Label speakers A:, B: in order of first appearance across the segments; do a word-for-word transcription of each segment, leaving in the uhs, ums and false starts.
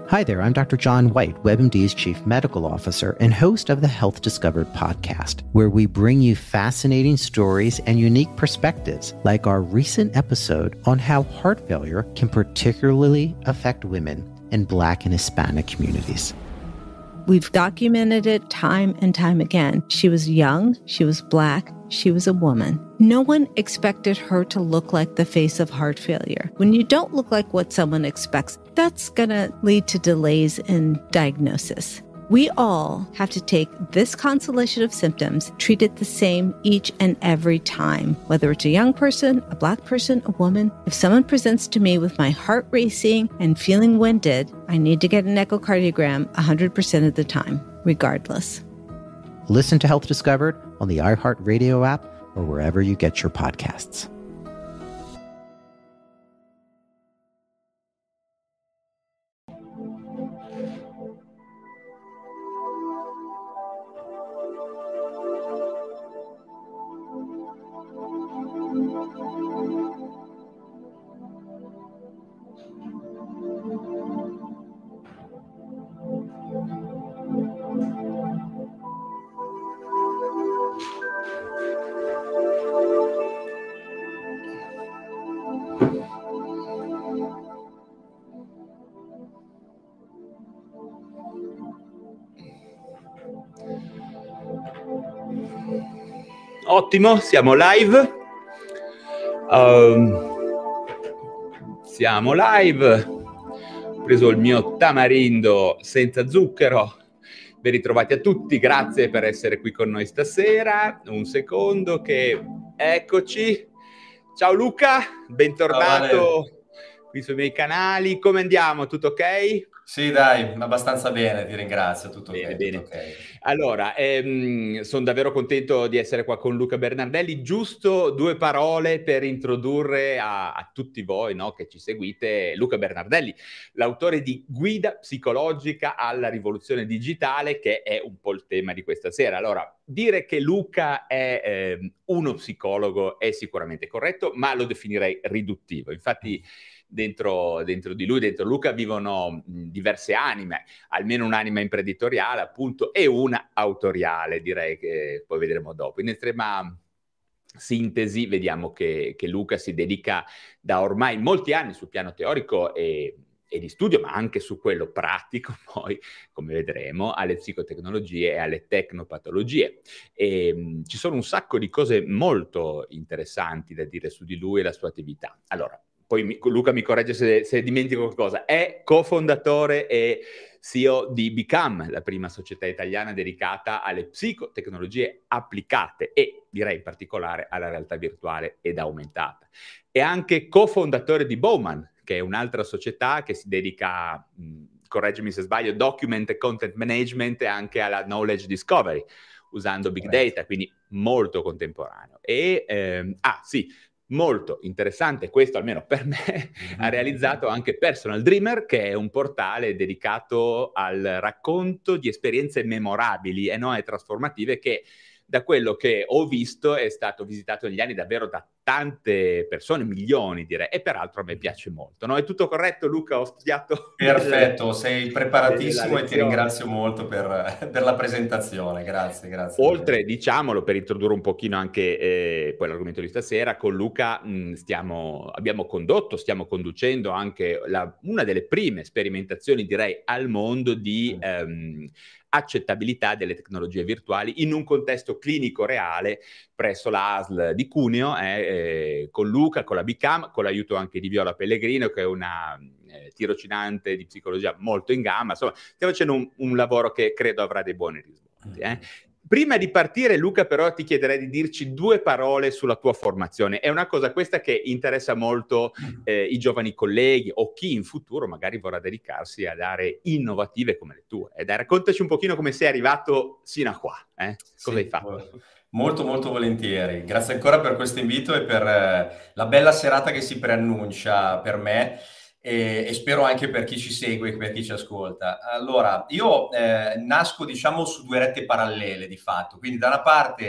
A: Hi there, I'm Doctor John White, WebMD's Chief Medical Officer and host of the Health Discovered podcast, where we bring you fascinating stories and unique perspectives, like our recent episode on how heart failure can particularly affect women in Black and Hispanic communities.
B: We've documented it time and time again. She was young, she was Black, she was a woman. No one expected her to look like the face of heart failure. When you don't look like what someone expects, that's going to lead to delays in diagnosis. We all have to take this constellation of symptoms, treat it the same each and every time, whether it's a young person, a Black person, a woman. If someone presents to me with my heart racing and feeling winded, I need to get an echocardiogram one hundred percent of the time, regardless.
A: Listen to Health Discovered on the iHeartRadio app or wherever you get your podcasts.
C: Ottimo, siamo live. Um, siamo live. Ho preso il mio tamarindo senza zucchero. Ben ritrovati a tutti, grazie per essere qui con noi stasera. Un secondo che... Eccoci. Ciao Luca, bentornato. Ciao, vale. Qui sui miei canali. Come andiamo? Tutto ok?
D: Sì, dai, abbastanza bene, ti ringrazio, tutto
C: bene,
D: ok.
C: Bene.
D: Tutto okay.
C: Allora, ehm, sono davvero contento di essere qua con Luca Bernardelli. Giusto due parole per introdurre a, a tutti voi, no, che ci seguite, Luca Bernardelli, l'autore di Guida psicologica alla rivoluzione digitale, che è un po' il tema di questa sera. Allora, dire che Luca è eh, uno psicologo è sicuramente corretto, ma lo definirei riduttivo. Infatti, Dentro, dentro di lui, dentro Luca, vivono mh, diverse anime, almeno un'anima imprenditoriale, appunto, e una autoriale, direi, che poi vedremo dopo. In estrema sintesi, vediamo che, che Luca si dedica da ormai molti anni sul piano teorico e, e di studio, ma anche su quello pratico, poi, come vedremo, alle psicotecnologie e alle tecnopatologie. E, mh, ci sono un sacco di cose molto interessanti da dire su di lui e la sua attività. Allora, poi mi, Luca mi corregge se, se dimentico qualcosa, è cofondatore e C E O di Become, la prima società italiana dedicata alle psicotecnologie applicate e direi in particolare alla realtà virtuale ed aumentata. È anche cofondatore di Bowman, che è un'altra società che si dedica, mh, correggimi se sbaglio, document e content management e anche alla knowledge discovery, usando big data, quindi molto contemporaneo. E, ehm, ah sì, molto interessante, questo almeno per me, ha realizzato anche Personal Dreamer, che è un portale dedicato al racconto di esperienze memorabili e non trasformative che, da quello che ho visto, è stato visitato negli anni davvero da tante persone, milioni direi, e peraltro a me piace molto. No? È tutto corretto, Luca? Ho studiato...
D: Perfetto, delle, sei preparatissimo e ti ringrazio molto per, per la presentazione, grazie, grazie.
C: Oltre, diciamolo, per introdurre un pochino anche eh, poi l'argomento di stasera, con Luca mh, stiamo, abbiamo condotto, stiamo conducendo anche la, una delle prime sperimentazioni, direi, al mondo di... Mm. Ehm, accettabilità delle tecnologie virtuali in un contesto clinico reale presso l'A S L di Cuneo, eh, eh, con Luca, con la Become, con l'aiuto anche di Viola Pellegrino, che è una eh, tirocinante di psicologia molto in gamba. Insomma, stiamo facendo un, un lavoro che credo avrà dei buoni risvolti. Eh. Prima di partire, Luca, però ti chiederei di dirci due parole sulla tua formazione. È una cosa questa che interessa molto eh, i giovani colleghi o chi in futuro magari vorrà dedicarsi ad aree innovative come le tue. E dai, raccontaci un pochino come sei arrivato sino a qua. Eh? Cosa
D: sì,
C: hai fatto?
D: Molto, molto volentieri. Grazie ancora per questo invito e per eh, la bella serata che si preannuncia per me. E, e spero anche per chi ci segue e per chi ci ascolta. Allora, io eh, nasco, diciamo, su due rette parallele di fatto, quindi da una parte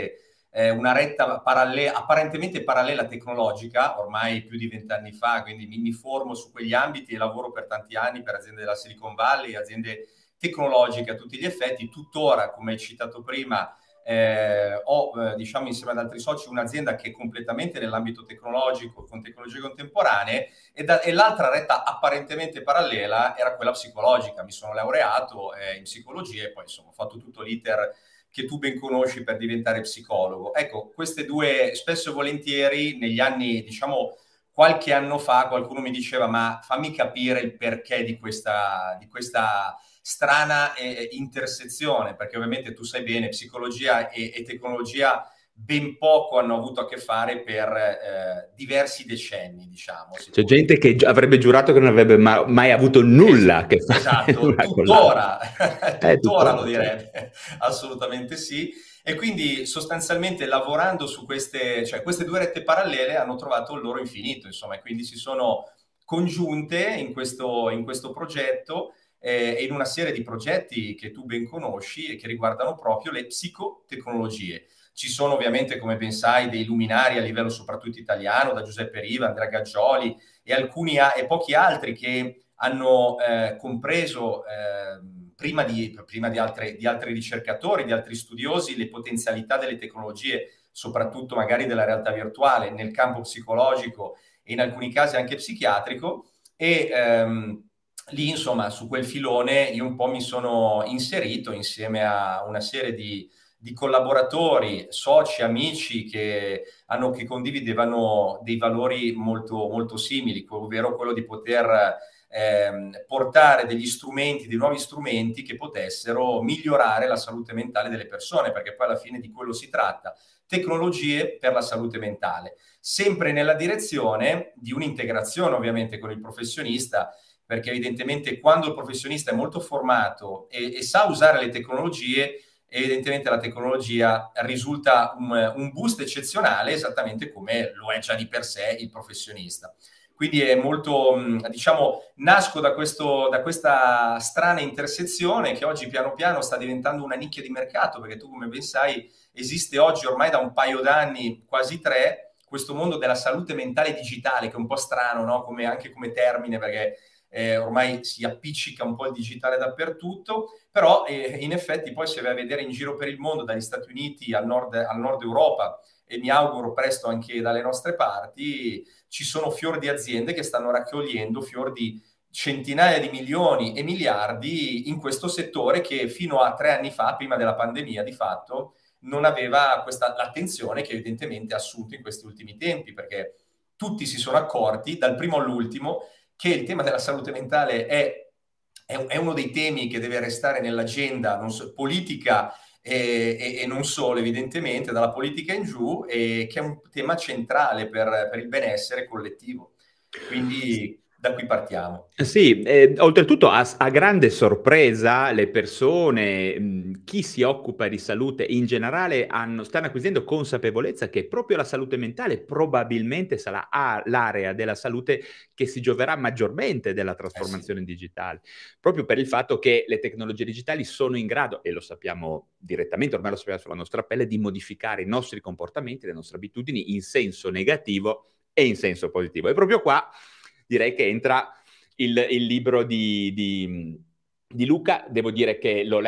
D: eh, una retta paralle- apparentemente parallela tecnologica, ormai più di vent'anni fa, quindi mi, mi formo su quegli ambiti e lavoro per tanti anni per aziende della Silicon Valley, aziende tecnologiche a tutti gli effetti. Tuttora, come hai citato prima, eh, ho, eh, diciamo, insieme ad altri soci un'azienda che è completamente nell'ambito tecnologico, con tecnologie contemporanee, e, da, e l'altra retta apparentemente parallela era quella psicologica. Mi sono laureato eh, in psicologia e poi insomma ho fatto tutto l'iter che tu ben conosci per diventare psicologo. Ecco, queste due, spesso e volentieri, negli anni, diciamo, qualche anno fa, qualcuno mi diceva, ma fammi capire il perché di questa, di questa strana eh, intersezione, perché ovviamente tu sai bene, psicologia e, e tecnologia ben poco hanno avuto a che fare per eh, diversi decenni, diciamo.
C: C'è gente che gi- avrebbe giurato che non avrebbe ma- mai avuto nulla a che fare.
D: Esatto,
C: una con
D: tuttora,
C: l'altra. Eh,
D: tuttora lo
C: tuttora,
D: direbbe,
C: certo.
D: assolutamente sì. E quindi sostanzialmente lavorando su queste, cioè queste due rette parallele hanno trovato il loro infinito, insomma, e quindi si sono congiunte in questo, in questo progetto eh, e in una serie di progetti che tu ben conosci e che riguardano proprio le psicotecnologie. Ci sono ovviamente, come ben sai, dei luminari a livello soprattutto italiano, da Giuseppe Riva, Andrea Gaggioli e, alcuni a- e pochi altri che hanno eh, compreso, eh, prima, di, prima di, altre, di altri ricercatori, di altri studiosi, le potenzialità delle tecnologie, soprattutto magari della realtà virtuale, nel campo psicologico e in alcuni casi anche psichiatrico. E ehm, lì, insomma, su quel filone io un po' mi sono inserito insieme a una serie di, di collaboratori, soci, amici che, hanno, che condividevano dei valori molto, molto simili, ovvero quello di poter ehm, portare degli strumenti, dei nuovi strumenti che potessero migliorare la salute mentale delle persone, perché poi alla fine di quello si tratta. Tecnologie per la salute mentale, sempre nella direzione di un'integrazione ovviamente con il professionista, perché evidentemente quando il professionista è molto formato e, e sa usare le tecnologie, evidentemente la tecnologia risulta un, un boost eccezionale, esattamente come lo è già di per sé il professionista. Quindi è molto, diciamo, nasco da, questo, da questa strana intersezione che oggi piano piano sta diventando una nicchia di mercato, perché tu, come ben sai, esiste oggi ormai da un paio d'anni, quasi tre, questo mondo della salute mentale digitale, che è un po' strano, no? Come, anche come termine, perché eh, ormai si appiccica un po' il digitale dappertutto, però eh, in effetti poi si va a vedere in giro per il mondo, dagli Stati Uniti al nord, al nord Europa, e mi auguro presto anche dalle nostre parti, ci sono fior di aziende che stanno raccogliendo fior di centinaia di milioni e miliardi in questo settore che fino a tre anni fa, prima della pandemia, di fatto, non aveva questa l'attenzione che evidentemente ha assunto in questi ultimi tempi, perché tutti si sono accorti, dal primo all'ultimo, che il tema della salute mentale è, è, è uno dei temi che deve restare nell'agenda non so, politica e, e, e non solo, evidentemente, dalla politica in giù, e che è un tema centrale per, per il benessere collettivo. Quindi da qui partiamo.
C: Sì, eh, oltretutto a, a grande sorpresa le persone, mh, chi si occupa di salute in generale hanno, stanno acquisendo consapevolezza che proprio la salute mentale probabilmente sarà ah, l'area della salute che si gioverà maggiormente della trasformazione
D: Eh sì.
C: digitale, proprio per il fatto che le tecnologie digitali sono in grado, e lo sappiamo direttamente, ormai lo sappiamo sulla nostra pelle, di modificare i nostri comportamenti, le nostre abitudini in senso negativo e in senso positivo. E proprio qua direi che entra il, il libro di, di, di Luca. Devo dire che l'ho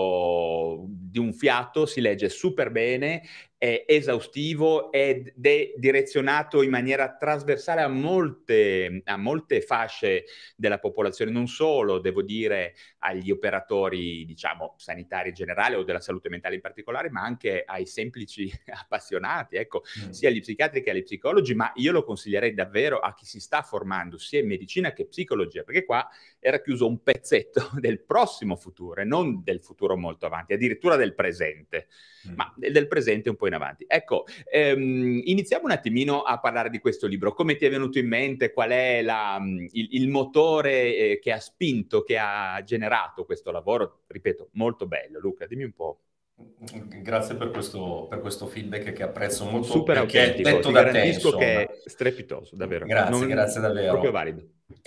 C: letto di un fiato, si legge super bene, è esaustivo ed è direzionato in maniera trasversale a molte, a molte fasce della popolazione, non solo, devo dire, agli operatori, diciamo, sanitari in generale o della salute mentale in particolare, ma anche ai semplici appassionati, ecco, mm. sia agli psichiatri che agli psicologi, ma io lo consiglierei davvero a chi si sta formando sia in medicina che psicologia, perché qua era chiuso un pezzetto del prossimo futuro e non del futuro molto avanti, addirittura del presente, mm. ma del presente un po' in avanti. Ecco, ehm, iniziamo un attimino a parlare di questo libro. Come ti è venuto in mente? Qual è la, il, il motore eh, che ha spinto, che ha generato questo lavoro? Ripeto, molto bello. Luca, dimmi un po'.
D: Grazie per questo, per questo feedback che apprezzo molto,
C: super
D: perché
C: autentico,
D: detto
C: ti
D: da te,
C: garantisco
D: insomma.
C: che è strepitoso, davvero.
D: Grazie,
C: Non-
D: grazie davvero.
C: Proprio valido.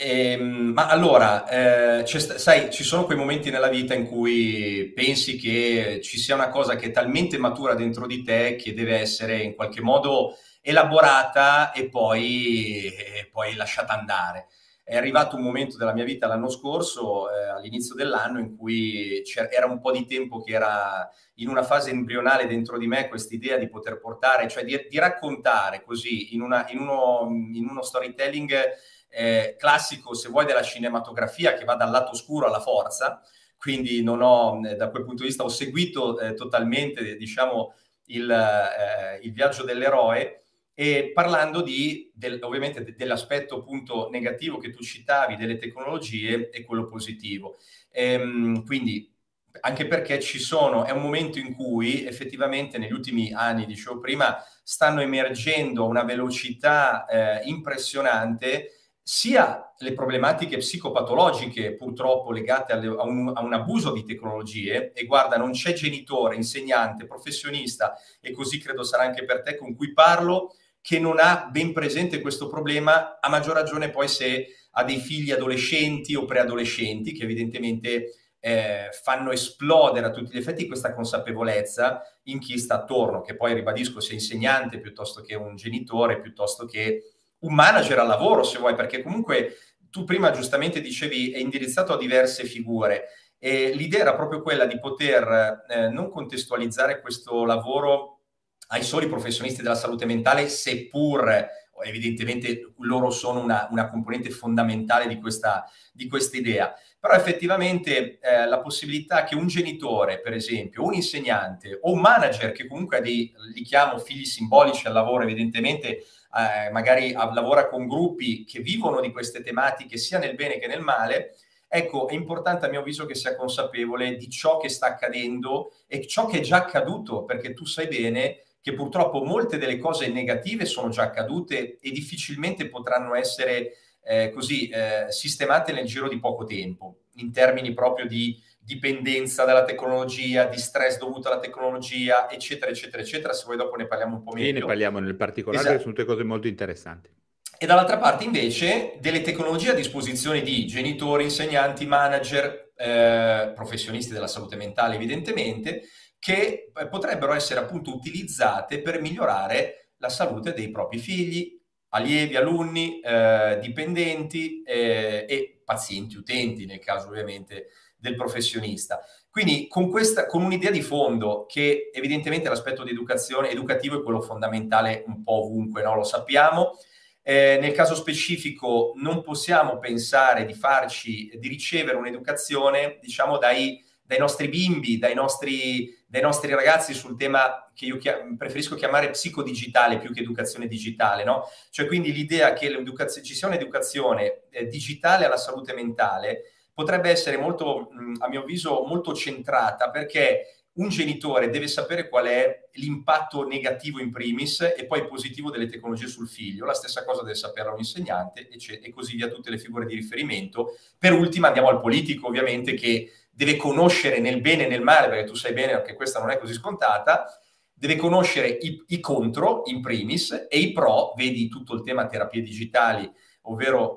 D: Ehm, ma allora, eh, c'è sta- sai, ci sono quei momenti nella vita in cui pensi che ci sia una cosa che è talmente matura dentro di te che deve essere in qualche modo elaborata e poi, e poi lasciata andare. È arrivato un momento della mia vita l'anno scorso, eh, all'inizio dell'anno, in cui c'era era un po' di tempo che era in una fase embrionale dentro di me questa idea di poter portare, cioè di, di raccontare così in, una, in, uno, in uno storytelling eh, classico, se vuoi, della cinematografia, che va dal lato oscuro alla forza. Quindi non ho, da quel punto di vista, ho seguito eh, totalmente, diciamo, il, eh, il viaggio dell'eroe, e parlando di, del, ovviamente de, dell'aspetto appunto negativo che tu citavi delle tecnologie e quello positivo. Ehm, quindi anche perché ci sono, è un momento in cui effettivamente negli ultimi anni, dicevo prima, stanno emergendo a una velocità eh, impressionante sia le problematiche psicopatologiche purtroppo legate alle, a, un, a un abuso di tecnologie, e guarda, non c'è genitore, insegnante, professionista, e così credo sarà anche per te, con cui parlo, che non ha ben presente questo problema, a maggior ragione poi se ha dei figli adolescenti o preadolescenti, che evidentemente eh, fanno esplodere a tutti gli effetti questa consapevolezza in chi sta attorno, che poi, ribadisco, sia insegnante piuttosto che un genitore, piuttosto che un manager al lavoro, se vuoi, perché comunque tu prima giustamente dicevi è indirizzato a diverse figure, e l'idea era proprio quella di poter eh, non contestualizzare questo lavoro ai soli professionisti della salute mentale, seppur evidentemente loro sono una, una componente fondamentale di questa, di questa idea. Però effettivamente eh, la possibilità che un genitore, per esempio, un insegnante o un manager che comunque ha dei, li chiamo figli simbolici al lavoro, evidentemente eh, magari a, lavora con gruppi che vivono di queste tematiche sia nel bene che nel male, ecco, è importante a mio avviso che sia consapevole di ciò che sta accadendo e ciò che è già accaduto, perché tu sai bene che purtroppo molte delle cose negative sono già accadute e difficilmente potranno essere eh, così eh, sistemate nel giro di poco tempo, in termini proprio di dipendenza dalla tecnologia, di stress dovuto alla tecnologia, eccetera, eccetera, eccetera. Se vuoi dopo ne parliamo un po' meglio.
C: Sì, ne parliamo nel particolare,
D: esatto.
C: Perché sono tutte cose molto interessanti.
D: E dall'altra parte invece delle tecnologie a disposizione di genitori, insegnanti, manager, eh, professionisti della salute mentale evidentemente, che eh, potrebbero essere appunto utilizzate per migliorare la salute dei propri figli, allievi, alunni, eh, dipendenti eh, e pazienti, utenti, nel caso ovviamente del professionista. Quindi con, questa, con un'idea di fondo che evidentemente l'aspetto di educazione educativo è quello fondamentale un po' ovunque, no? Lo sappiamo. Eh, nel caso specifico non possiamo pensare di farci, di ricevere un'educazione, diciamo, dai, dai nostri bimbi, dai nostri, dai nostri ragazzi sul tema che io chiam- preferisco chiamare psicodigitale più che educazione digitale, no? Cioè quindi l'idea che ci sia un'educazione eh, digitale alla salute mentale potrebbe essere molto, mh, a mio avviso, molto centrata, perché un genitore deve sapere qual è l'impatto negativo in primis e poi positivo delle tecnologie sul figlio. La stessa cosa deve saperla un insegnante e, e così via tutte le figure di riferimento. Per ultima andiamo al politico, ovviamente, che deve conoscere nel bene e nel male, perché tu sai bene che questa non è così scontata, deve conoscere i, i contro in primis e i pro, vedi tutto il tema terapie digitali, ovvero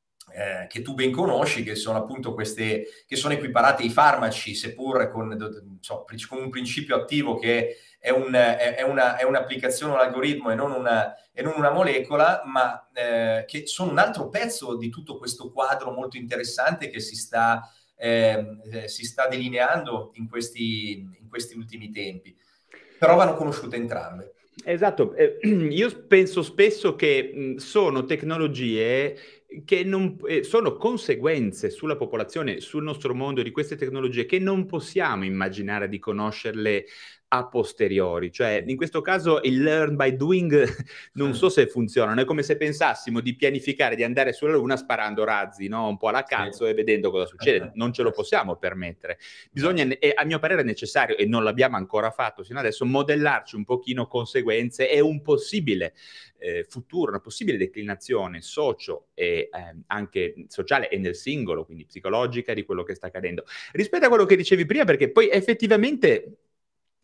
D: Eh, che tu ben conosci, che sono appunto queste, che sono equiparate ai farmaci, seppur con, so, con un principio attivo che è, un, è, è, una, è un'applicazione, un algoritmo e non una, e non una molecola, ma eh, che sono un altro pezzo di tutto questo quadro molto interessante che si sta, eh, si sta delineando in questi, in questi ultimi tempi. Però vanno conosciute entrambe.
C: Esatto, eh, io penso spesso che mh, sono tecnologie che non, eh, sono conseguenze sulla popolazione, sul nostro mondo di queste tecnologie che non possiamo immaginare di conoscerle a posteriori, cioè in questo caso il learn by doing non so se funziona, non è come se pensassimo di pianificare di andare sulla Luna sparando razzi, no? Un po' alla cazzo sì. E vedendo cosa succede, non ce lo possiamo permettere, bisogna, e a mio parere è necessario, e non l'abbiamo ancora fatto sino adesso, modellarci un pochino conseguenze e un possibile eh, futuro, una possibile declinazione socio e eh, anche sociale e nel singolo, quindi psicologica, di quello che sta accadendo. Rispetto a quello che dicevi prima, perché poi effettivamente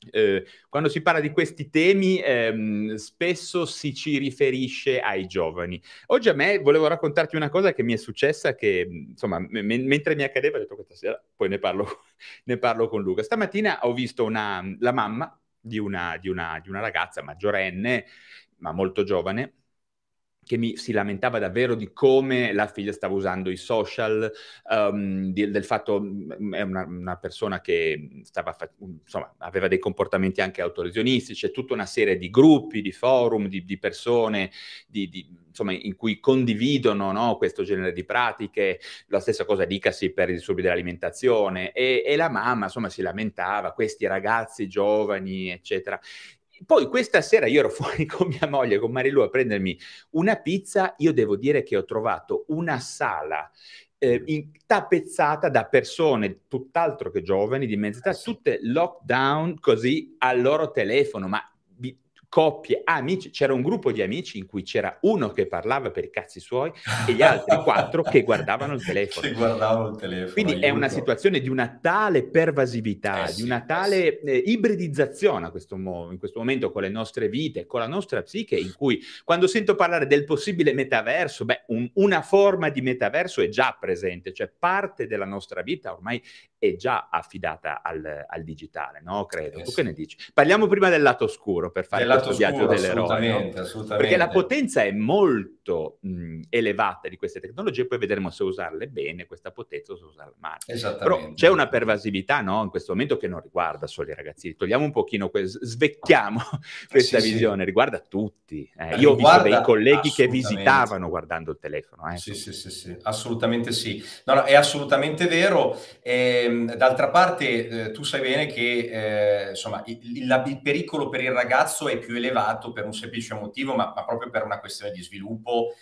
C: Eh, quando si parla di questi temi ehm, spesso si ci riferisce ai giovani. Oggi a me volevo raccontarti una cosa che mi è successa che insomma m- mentre mi accadeva ho detto questa sera poi ne parlo, ne parlo con Luca. Stamattina ho visto una, la mamma di una, di una, di una ragazza maggiorenne ma molto giovane che mi si lamentava davvero di come la figlia stava usando i social, um, di, del fatto è una, una persona che stava fa- insomma aveva dei comportamenti anche autoresionistici, c'è tutta una serie di gruppi, di forum, di, di persone di, di, insomma, in cui condividono, no, questo genere di pratiche, la stessa cosa dicasi per i disturbi dell'alimentazione e, e la mamma insomma si lamentava, questi ragazzi giovani eccetera. Poi questa sera io ero fuori con mia moglie, con Marilu, a prendermi una pizza. Io devo dire che ho trovato una sala eh, in, tappezzata da persone tutt'altro che giovani, di mezza età,
D: Eh sì.
C: tutte lockdown così al loro telefono, ma bi- coppie, amici. C'era un gruppo di amici in cui c'era uno che parlava per i cazzi suoi e gli altri quattro che guardavano il telefono.
D: Che guardavano il telefono,
C: Quindi
D: aiuto.
C: è una situazione di una tale pervasività,
D: Eh
C: di
D: sì,
C: una
D: eh
C: tale eh, ibridizzazione a questo mo- in questo momento con le nostre vite, con la nostra psiche, in cui quando sento parlare del possibile metaverso, beh, un- una forma di metaverso è già presente, cioè parte della nostra vita ormai è già affidata al, al digitale, no? Credo.
D: Eh
C: Tu
D: sì.
C: che ne dici? Parliamo prima del lato oscuro per fare
D: Del lato
C: questo viaggio
D: oscuro,
C: dell'eroe, no?
D: assolutamente,
C: Perché la
D: assolutamente.
C: potenza è molto mh, elevata di queste tecnologie, poi vedremo se usarle bene, questa potenza, o se usarla male. Però
D: Esattamente.
C: c'è una pervasività, no, in questo momento che non riguarda solo i ragazzini. Togliamo un pochino, que- svecchiamo questa
D: Sì, sì.
C: visione, riguarda tutti. Eh, io ho visto
D: Riguarda
C: dei colleghi che
D: assolutamente.
C: visitavano guardando il telefono. Eh,
D: Sì,
C: su-
D: sì, sì, sì, assolutamente sì. No, no, è assolutamente vero. Ehm, d'altra parte, eh, tu sai bene che eh, insomma, il, il- il pericolo per il ragazzo è più elevato per un semplice motivo, ma, ma proprio per una questione di sviluppo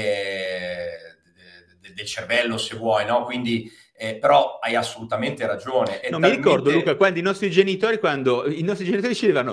D: eh, de- de- del cervello, se vuoi, no? Quindi, eh, però hai assolutamente ragione. È
C: No, mi ricordo,
D: talmente...
C: Luca, quando i nostri genitori, quando i nostri genitori ci dicevano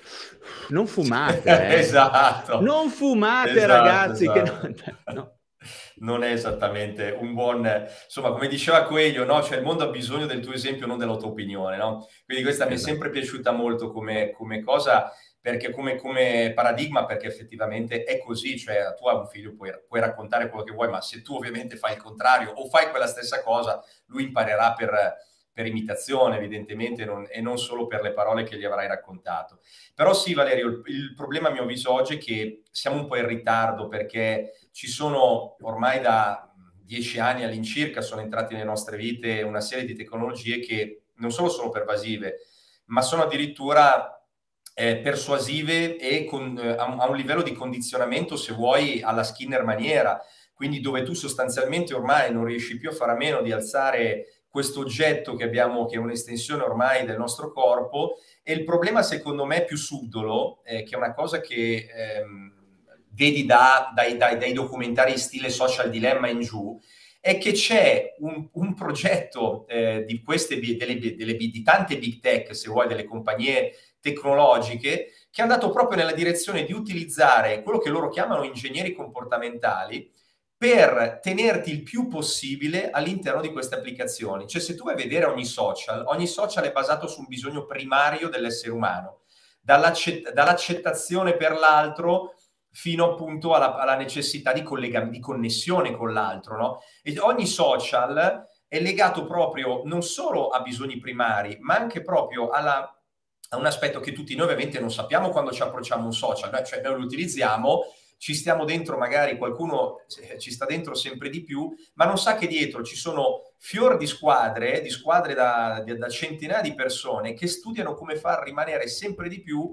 C: non fumate, eh.
D: Esatto,
C: Non fumate,
D: esatto,
C: ragazzi, che
D: esatto.
C: non... no.
D: Non è esattamente un buon... Insomma, come diceva Coelho, no? Cioè, il mondo ha bisogno del tuo esempio, non della tua opinione, no? Quindi questa mi è
C: Esatto.
D: sempre piaciuta molto come, come cosa, perché come, come paradigma, perché effettivamente è così, cioè tu hai un figlio, puoi, puoi raccontare quello che vuoi, ma se tu ovviamente fai il contrario o fai quella stessa cosa, lui imparerà per, per imitazione, evidentemente, non, e non solo per le parole che gli avrai raccontato. Però sì, Valerio, il, il problema a mio avviso oggi è che siamo un po' in ritardo, perché ci sono ormai da dieci anni all'incirca sono entrati nelle nostre vite una serie di tecnologie che non solo sono pervasive, ma sono addirittura eh, persuasive e con, eh, a un livello di condizionamento, se vuoi, alla Skinner maniera, quindi dove tu sostanzialmente ormai non riesci più a fare a meno di alzare questo oggetto che abbiamo, che è un'estensione ormai del nostro corpo. E il problema, secondo me, più subdolo, eh, che è una cosa che ehm, vedi da, dai, dai, dai documentari stile Social Dilemma in giù, è che c'è un, un progetto eh, di queste delle, delle, di tante big tech, se vuoi, delle compagnie tecnologiche, che è andato proprio nella direzione di utilizzare quello che loro chiamano ingegneri comportamentali per tenerti il più possibile all'interno di queste applicazioni. Cioè, se tu vai a vedere ogni social, ogni social è basato su un bisogno primario dell'essere umano, dall'accett- dall'accettazione per l'altro fino appunto alla, alla necessità di, collega- di connessione con l'altro, no? E ogni social è legato proprio non solo a bisogni primari, ma anche proprio alla, a un aspetto che tutti noi ovviamente non sappiamo quando ci approcciamo a un social, no? Cioè noi lo utilizziamo, ci stiamo dentro, magari qualcuno ci sta dentro sempre di più, ma non sa che dietro ci sono fior di squadre, di squadre da, da centinaia di persone che studiano come far rimanere sempre di più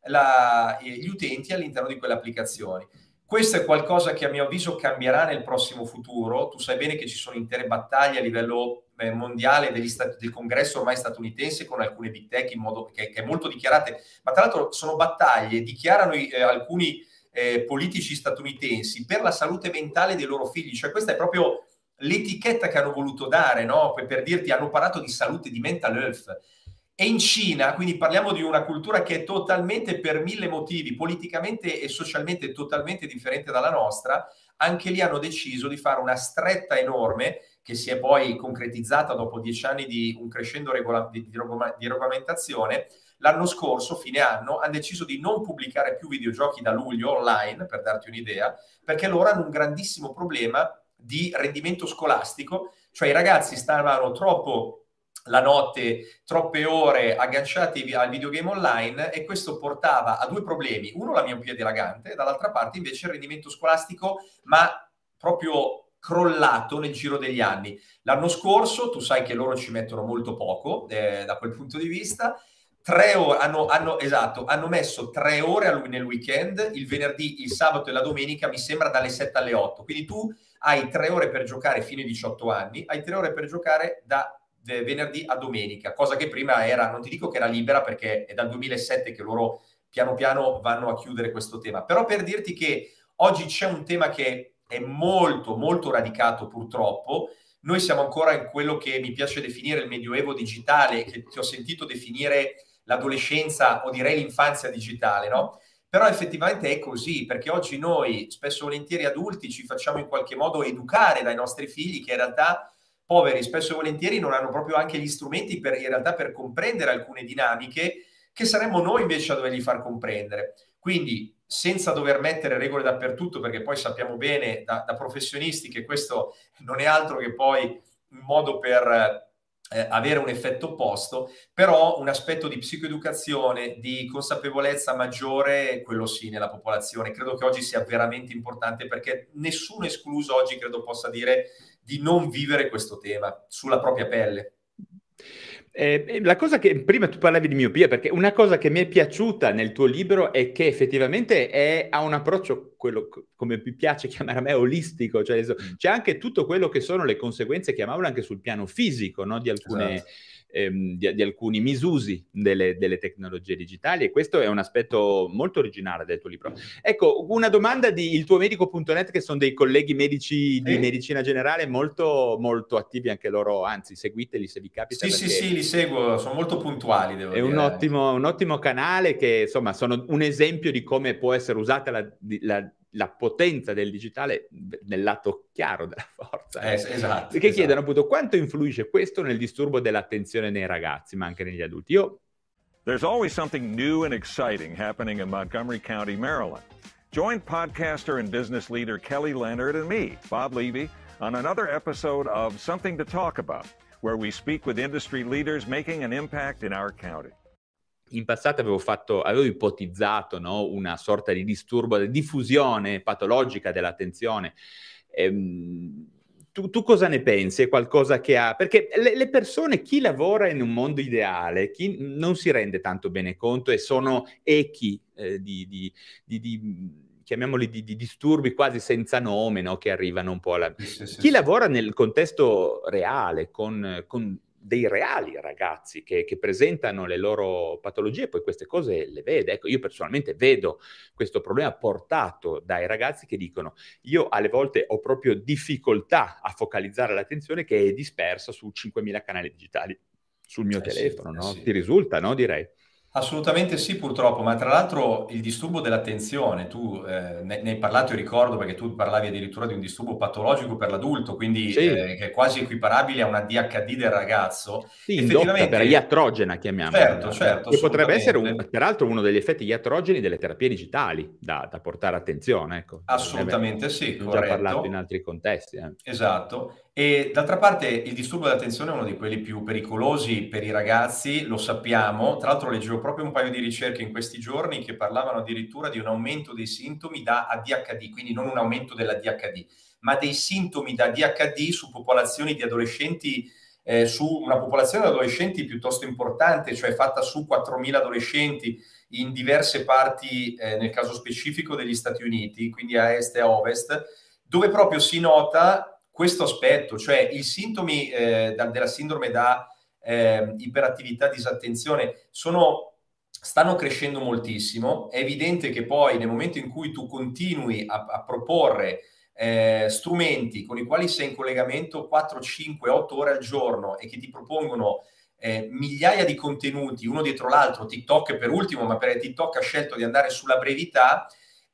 D: la, gli utenti all'interno di quelle applicazioni. Questo è qualcosa che a mio avviso cambierà nel prossimo futuro. Tu sai bene che ci sono intere battaglie a livello eh, mondiale degli stati, del congresso ormai statunitense con alcune big tech in modo che, che è molto dichiarate, ma tra l'altro sono battaglie, dichiarano eh, alcuni eh, politici statunitensi per la salute mentale dei loro figli. Cioè questa è proprio l'etichetta che hanno voluto dare, no? Per, per dirti, hanno parlato di salute, di mental health. E in Cina, quindi parliamo di una cultura che è totalmente, per mille motivi, politicamente e socialmente totalmente differente dalla nostra, anche lì hanno deciso di fare una stretta enorme che si è poi concretizzata dopo dieci anni di un crescendo regola- di, di, di regolamentazione. L'anno scorso, fine anno, hanno deciso di non pubblicare più videogiochi da luglio online, per darti un'idea, perché loro hanno un grandissimo problema di rendimento scolastico, cioè i ragazzi stavano troppo la notte, troppe ore agganciati al videogame online, e questo portava a due problemi: uno, la miopia dilagante, e dall'altra parte invece il rendimento scolastico, ma proprio crollato nel giro degli anni. L'anno scorso, tu sai che loro ci mettono molto poco eh, da quel punto di vista, tre ore, hanno, hanno, esatto, hanno messo tre ore nel weekend, il venerdì, il sabato e la domenica, mi sembra dalle sette alle otto, quindi tu hai tre ore per giocare fino ai diciotto anni, hai tre ore per giocare da venerdì a domenica, cosa che prima era, non ti dico che era libera, perché è dal duemilasette che loro piano piano vanno a chiudere questo tema, però per dirti che oggi c'è un tema che è molto molto radicato purtroppo. Noi siamo ancora in quello che mi piace definire il medioevo digitale, che ti ho sentito definire l'adolescenza o direi l'infanzia digitale, no? Però effettivamente è così, perché oggi noi spesso e volentieri adulti ci facciamo in qualche modo educare dai nostri figli, che in realtà poveri spesso e volentieri non hanno proprio anche gli strumenti per, in realtà, per comprendere alcune dinamiche che saremmo noi invece a dovergli far comprendere. Quindi senza dover mettere regole dappertutto, perché poi sappiamo bene da, da professionisti che questo non è altro che poi un modo per eh, avere un effetto opposto, però un aspetto di psicoeducazione, di consapevolezza maggiore, quello sì, nella popolazione, credo che oggi sia veramente importante, perché nessuno escluso oggi credo possa dire di non vivere questo tema sulla propria pelle.
C: Eh, la cosa che prima tu parlavi di miopia, perché una cosa che mi è piaciuta nel tuo libro è che effettivamente è, ha un approccio, quello come mi piace chiamare a me, olistico, cioè c'è anche tutto quello che sono le conseguenze, chiamavole anche sul piano fisico, no? Di alcune... Esatto. Ehm, di, di alcuni misusi delle, delle tecnologie digitali, e questo è un aspetto molto originale del tuo libro. Ecco, una domanda di il tuo medico punto net, che sono dei colleghi medici di sì. medicina generale molto, molto attivi anche loro, anzi seguiteli se vi capita.
D: Sì, sì, sì, li seguo, sono molto puntuali, devo
C: è
D: dire.
C: Un ottimo, un ottimo canale che insomma sono un esempio di come può essere usata la, la la potenza del digitale nel lato chiaro della forza.
D: Eh, esatto.
C: Che
D: esatto.
C: chiedono appunto quanto influisce questo nel disturbo dell'attenzione nei ragazzi, ma anche negli adulti. Io...
E: There's always something new and exciting happening in Montgomery County, Maryland. Join podcaster and business leader Kelly Leonard and me, Bob Levy, on another episode of Something to Talk About, where we speak with industry leaders making an impact in our county.
C: In passato avevo fatto, avevo ipotizzato, no, una sorta di disturbo, di diffusione patologica dell'attenzione. Ehm, tu, tu cosa ne pensi? È qualcosa che ha... Perché le, le persone, chi lavora in un mondo ideale, chi non si rende tanto bene conto e sono echi eh, di, di, di, di, chiamiamoli di, di disturbi quasi senza nome, no, che arrivano un po' alla... Sì, sì, chi sì. lavora nel contesto reale, con... con dei reali ragazzi che, che presentano le loro patologie, poi queste cose le vede. Ecco, io personalmente vedo questo problema portato dai ragazzi che dicono: io alle volte ho proprio difficoltà a focalizzare l'attenzione, che è dispersa su cinquemila canali digitali sul mio eh telefono, sì, no? Eh sì. Ti risulta, no? Direi.
D: Assolutamente sì, purtroppo, ma tra l'altro il disturbo dell'attenzione, tu eh, ne, ne hai parlato, io ricordo, perché tu parlavi addirittura di un disturbo patologico per l'adulto, quindi sì. eh, che è quasi equiparabile a una D H D del ragazzo.
C: Sì, indotta per iatrogena, chiamiamola.
D: Certo, certo.
C: Che potrebbe essere, un, peraltro, uno degli effetti iatrogeni delle terapie digitali da, da portare attenzione. Ecco.
D: Assolutamente sì,
C: corretto. Ho già parlato in altri contesti. Eh.
D: Esatto. E d'altra parte il disturbo dell'attenzione è uno di quelli più pericolosi per i ragazzi, lo sappiamo. Tra l'altro leggevo proprio un paio di ricerche in questi giorni che parlavano addirittura di un aumento dei sintomi da A D H D, quindi non un aumento della D H D, ma dei sintomi da D H D su popolazioni di adolescenti, eh, su una popolazione di adolescenti piuttosto importante, cioè fatta su quattromila adolescenti in diverse parti, eh, nel caso specifico degli Stati Uniti, quindi a est e a ovest, dove proprio si nota questo aspetto, cioè i sintomi eh, da, della sindrome da eh, iperattività, disattenzione, sono, stanno crescendo moltissimo. È evidente che poi nel momento in cui tu continui a, a proporre eh, strumenti con i quali sei in collegamento quattro, cinque, otto ore al giorno e che ti propongono eh, migliaia di contenuti, uno dietro l'altro, TikTok per ultimo, ma per TikTok ha scelto di andare sulla brevità,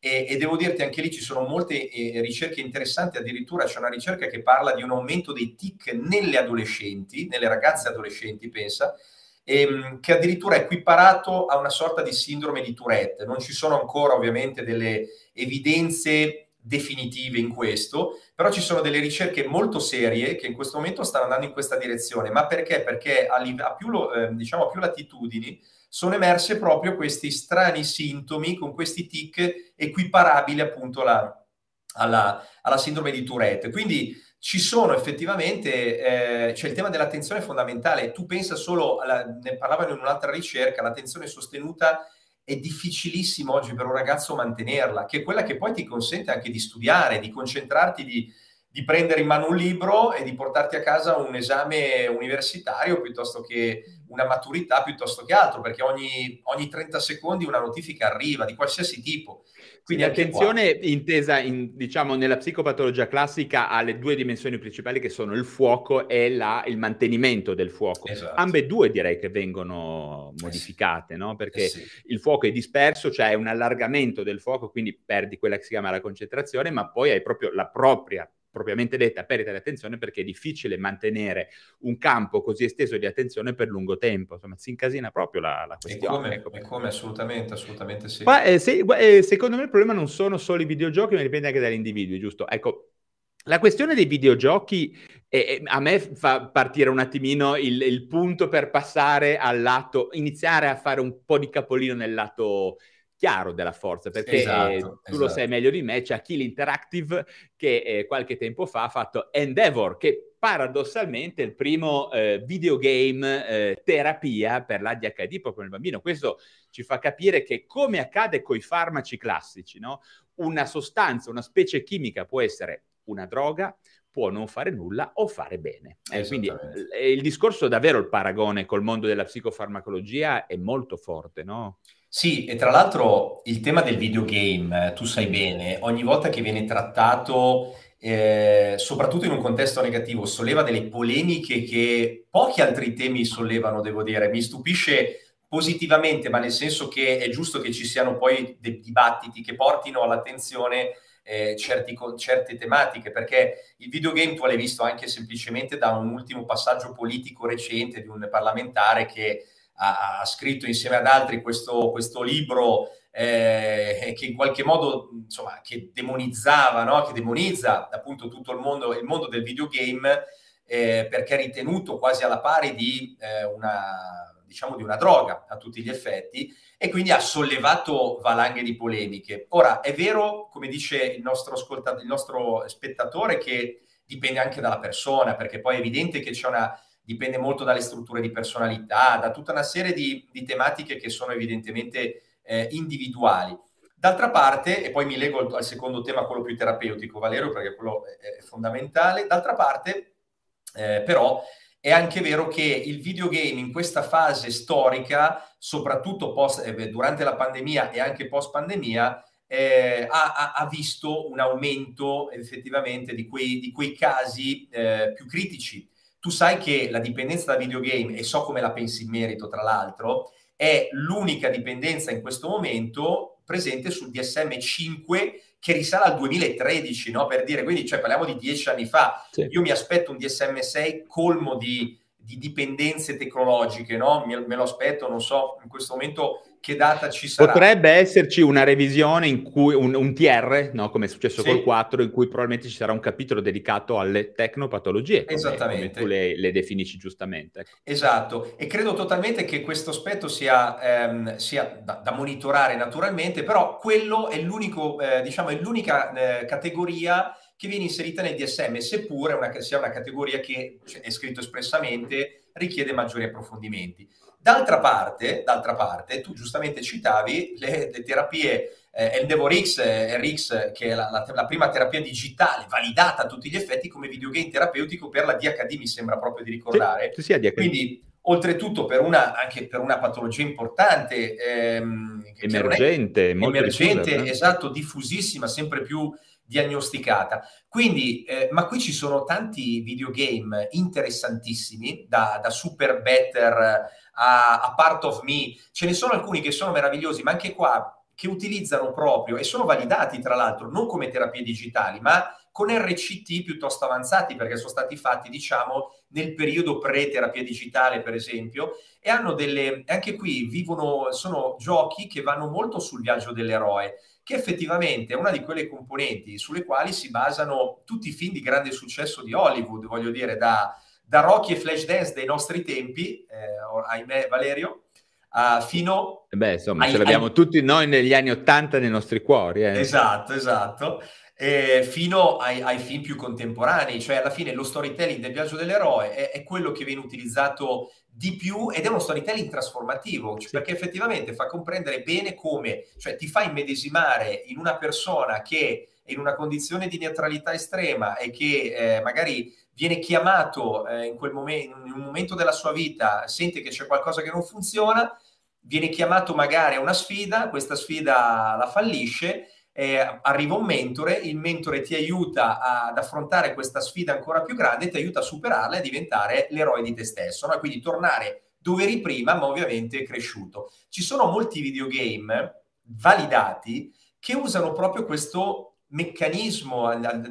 D: e, e devo dirti anche lì ci sono molte eh, ricerche interessanti, addirittura c'è una ricerca che parla di un aumento dei tic nelle adolescenti, nelle ragazze adolescenti, pensa, ehm, che addirittura è equiparato a una sorta di sindrome di Tourette. Non ci sono ancora ovviamente delle evidenze definitive in questo, però ci sono delle ricerche molto serie che in questo momento stanno andando in questa direzione. Ma perché? Perché a, a, più, lo, eh, diciamo, a più latitudini sono emerse proprio questi strani sintomi con questi tic equiparabili appunto alla, alla, alla sindrome di Tourette. Quindi ci sono effettivamente, eh, cioè il tema dell'attenzione è fondamentale. Tu pensa solo, alla, ne parlavano in un'altra ricerca, l'attenzione sostenuta è difficilissimo oggi per un ragazzo mantenerla, che è quella che poi ti consente anche di studiare, di concentrarti, di, di prendere in mano un libro e di portarti a casa un esame universitario piuttosto che una maturità, piuttosto che altro, perché ogni, ogni trenta secondi una notifica arriva di qualsiasi tipo.
C: Quindi l'attenzione intesa in, diciamo, nella psicopatologia classica ha le due dimensioni principali che sono il fuoco e la, il mantenimento del fuoco.
D: Esatto.
C: Ambedue direi che vengono modificate,
D: eh sì.
C: no? Perché
D: eh sì.
C: il fuoco è disperso, cioè è un allargamento del fuoco, quindi perdi quella che si chiama la concentrazione, ma poi hai proprio la propria, propriamente detta, perdita di attenzione, perché è difficile mantenere un campo così esteso di attenzione per lungo tempo. Insomma, si incasina proprio la, la questione.
D: E come,
C: ecco.
D: e come assolutamente, assolutamente sì.
C: Ma, eh, se, eh, secondo me il problema non sono solo i videogiochi, ma dipende anche dagli individui, giusto? Ecco, la questione dei videogiochi eh, a me fa partire un attimino il, il punto per passare al lato, iniziare a fare un po' di capolino nel lato chiaro della forza, perché
D: esatto,
C: eh, tu
D: esatto.
C: lo sai meglio di me, c'è Kill Interactive che eh, qualche tempo fa ha fatto Endeavor, che paradossalmente è il primo eh, videogame eh, terapia per l'A D H D proprio nel bambino. Questo ci fa capire che, come accade con i farmaci classici, no? Una sostanza, una specie chimica può essere una droga, può non fare nulla o fare bene. Eh, quindi eh, il discorso, davvero il paragone col mondo della psicofarmacologia è molto forte, no?
D: Sì, e tra l'altro il tema del videogame, tu sai bene, ogni volta che viene trattato, eh, soprattutto in un contesto negativo, solleva delle polemiche che pochi altri temi sollevano, devo dire. Mi stupisce positivamente, ma nel senso che è giusto che ci siano poi dei dibattiti che portino all'attenzione eh, certi, certe tematiche, perché il videogame tu l'hai visto anche semplicemente da un ultimo passaggio politico recente di un parlamentare che ha, ha scritto insieme ad altri questo, questo libro eh, che in qualche modo, insomma, che demonizzava, no? Che demonizza appunto tutto il mondo, il mondo del videogame, eh, perché è ritenuto quasi alla pari di eh, una, diciamo, di una droga a tutti gli effetti, e quindi ha sollevato valanghe di polemiche. Ora, è vero, come dice il nostro, ascolta- il nostro spettatore, che dipende anche dalla persona, perché poi è evidente che c'è una... dipende molto dalle strutture di personalità, da tutta una serie di, di tematiche che sono evidentemente eh, individuali. D'altra parte, e poi mi lego al, al secondo tema, quello più terapeutico, Valerio, perché quello è, è fondamentale, d'altra parte, eh, però, è anche vero che il videogame in questa fase storica, soprattutto post, eh, durante la pandemia e anche post-pandemia, eh, ha, ha visto un aumento effettivamente di quei, di quei casi eh, più critici. Tu sai che la dipendenza da videogame, e so come la pensi in merito tra l'altro, è l'unica dipendenza in questo momento presente sul D S M cinque che risale al duemilatredici, no? Per dire, quindi cioè, parliamo di dieci anni fa. Sì. Io mi aspetto un D S M sei colmo di, di dipendenze tecnologiche, no? Me, me lo aspetto, non so in questo momento che data ci sarà.
C: Potrebbe esserci una revisione in cui un, un T R, no? Come è successo sì. col quattro, in cui probabilmente ci sarà un capitolo dedicato alle tecnopatologie, come,
D: esattamente,
C: come tu le, le definisci giustamente. Ecco.
D: Esatto, e credo totalmente che questo aspetto sia, ehm, sia da, da monitorare naturalmente, però quello è l'unico, eh, diciamo, è l'unica eh, categoria che viene inserita nel D S M, seppure una, sia una categoria che, cioè, è scritto espressamente, richiede maggiori approfondimenti. D'altra parte, d'altra parte, tu giustamente citavi le, le terapie eh, EndeavorX, eh, R X, che è la, la, la prima terapia digitale validata a tutti gli effetti come videogame terapeutico per la D H D, mi sembra proprio di ricordare.
C: Sì, sì, sì,
D: quindi, oltretutto, per una, anche per una patologia importante, ehm,
C: emergente,
D: è,
C: molto
D: emergente,
C: diffusa,
D: esatto, diffusissima, sempre più diagnosticata. Quindi, eh, ma qui ci sono tanti videogame interessantissimi, da, da Super Better a, a Part of Me, ce ne sono alcuni che sono meravigliosi, ma anche qua, che utilizzano proprio, e sono validati tra l'altro, non come terapie digitali, ma con R C T piuttosto avanzati, perché sono stati fatti, diciamo, nel periodo pre-terapia digitale, per esempio, e hanno delle, anche qui vivono, sono giochi che vanno molto sul viaggio dell'eroe, che effettivamente è una di quelle componenti sulle quali si basano tutti i film di grande successo di Hollywood, voglio dire, da, da Rocky e Flashdance dei nostri tempi, eh, ahimè Valerio, uh, fino...
C: Beh, insomma,
D: ai,
C: ce l'abbiamo
D: ai...
C: tutti noi negli anni Ottanta nei nostri cuori. Eh.
D: Esatto, esatto. Eh, fino ai, ai film più contemporanei, cioè alla fine lo storytelling del viaggio dell'eroe è, è quello che viene utilizzato di più ed è uno storytelling trasformativo, cioè, sì. Perché effettivamente fa comprendere bene come, cioè ti fa immedesimare in una persona che è in una condizione di neutralità estrema e che eh, magari viene chiamato eh, in quel momento, in un momento della sua vita, sente che c'è qualcosa che non funziona, viene chiamato magari a una sfida, questa sfida la fallisce. Eh, arriva un mentore, il mentore ti aiuta ad affrontare questa sfida ancora più grande, ti aiuta a superarla e a diventare l'eroe di te stesso, no? Quindi tornare dove eri prima, ma ovviamente cresciuto. Ci sono molti videogame validati che usano proprio questo meccanismo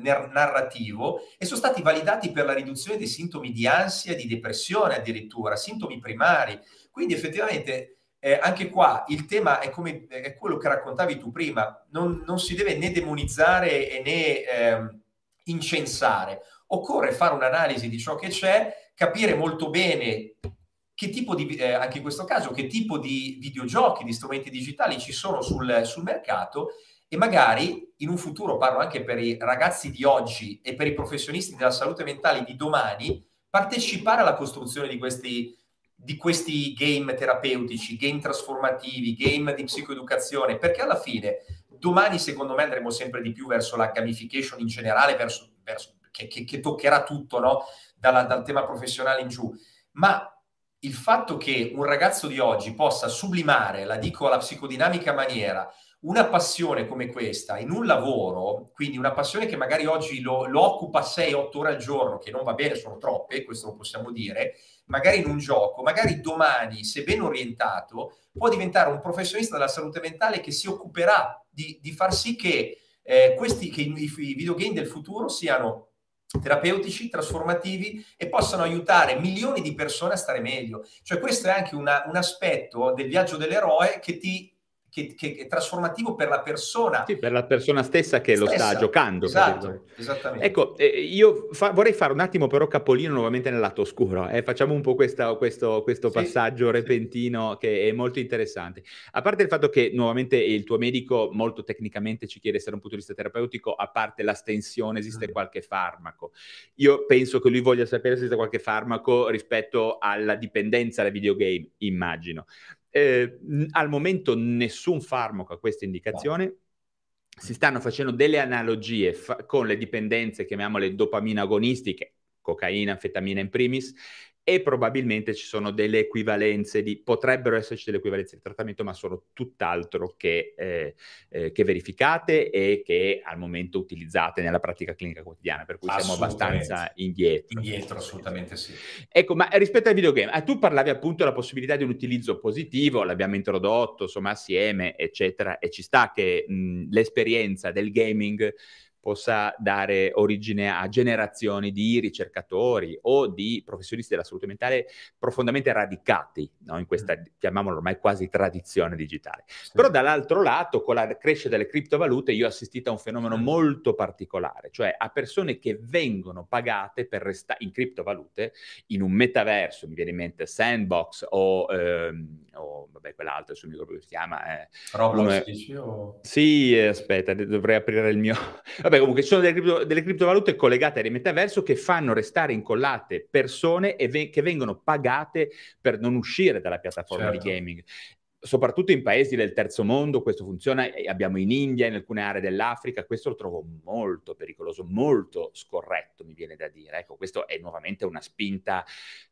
D: narrativo e sono stati validati per la riduzione dei sintomi di ansia, di depressione addirittura, sintomi primari. Quindi effettivamente Eh, anche qua il tema è, come, è quello che raccontavi tu prima, non, non si deve né demonizzare e né eh, incensare, occorre fare un'analisi di ciò che c'è, capire molto bene che tipo di, eh, anche in questo caso, che tipo di videogiochi, di strumenti digitali ci sono sul, sul mercato e magari in un futuro, parlo anche per i ragazzi di oggi e per i professionisti della salute mentale di domani, partecipare alla costruzione di questi di questi game terapeutici, game trasformativi, game di psicoeducazione, perché alla fine domani secondo me andremo sempre di più verso la gamification in generale, verso, verso, che, che, che toccherà tutto, no? Dalla, dal tema professionale in giù, ma il fatto che un ragazzo di oggi possa sublimare, la dico alla psicodinamica maniera, una passione come questa in un lavoro, quindi una passione che magari oggi lo, lo occupa sei otto ore al giorno, che non va bene, sono troppe, questo lo possiamo dire, magari in un gioco, magari domani, se ben orientato, può diventare un professionista della salute mentale che si occuperà di, di far sì che, eh, questi, che i, i videogame del futuro siano terapeutici, trasformativi e possano aiutare milioni di persone a stare meglio. Cioè questo è anche una, un aspetto del viaggio dell'eroe che ti Che, che è trasformativo per la persona.
C: Sì, per la persona stessa che stessa. Lo sta giocando.
D: Esatto, esattamente.
C: Ecco, eh, io fa- vorrei fare un attimo però capolino nuovamente nel lato oscuro. Eh? Facciamo un po' questa, questo, questo sì, passaggio repentino sì. Che è molto interessante. A parte il fatto che nuovamente il tuo medico molto tecnicamente ci chiede se da un punto di vista terapeutico, a parte l'astensione, esiste mm. qualche farmaco. Io penso che lui voglia sapere se esiste qualche farmaco rispetto alla dipendenza da videogame, immagino. Eh, al momento nessun farmaco ha questa indicazione, no. Si stanno facendo delle analogie fa- con le dipendenze, chiamiamole dopamina agonistiche, cocaina, anfetamina in primis, e probabilmente ci sono delle equivalenze di, potrebbero esserci delle equivalenze di trattamento, ma sono tutt'altro che, eh, eh, che verificate e che al momento utilizzate nella pratica clinica quotidiana, per cui siamo abbastanza indietro.
D: Indietro, assolutamente sì.
C: Ecco, ma rispetto ai videogame, eh, tu parlavi appunto della possibilità di un utilizzo positivo, l'abbiamo introdotto, insomma, assieme, eccetera, e ci sta che mh, l'esperienza del gaming possa dare origine a generazioni di ricercatori o di professionisti della salute mentale profondamente radicati, no? In questa, chiamiamola ormai quasi tradizione digitale. Sì. Però dall'altro lato, con la crescita delle criptovalute, io ho assistito a un fenomeno mm. molto particolare, cioè a persone che vengono pagate per restare in criptovalute, in un metaverso, mi viene in mente Sandbox o, ehm, o vabbè, quell'altro, adesso mi ricordo come si chiama. Eh,
D: Roblox, dici, o...
C: Sì, aspetta, dovrei aprire il mio... Vabbè, comunque ci sono delle, cripto, delle criptovalute collegate al metaverso che fanno restare incollate persone e ve- che vengono pagate per non uscire dalla piattaforma certo. di gaming. Soprattutto in paesi del terzo mondo questo funziona, abbiamo in India, in alcune aree dell'Africa, questo lo trovo molto pericoloso, molto scorretto, mi viene da dire. Ecco, questo è nuovamente una spinta,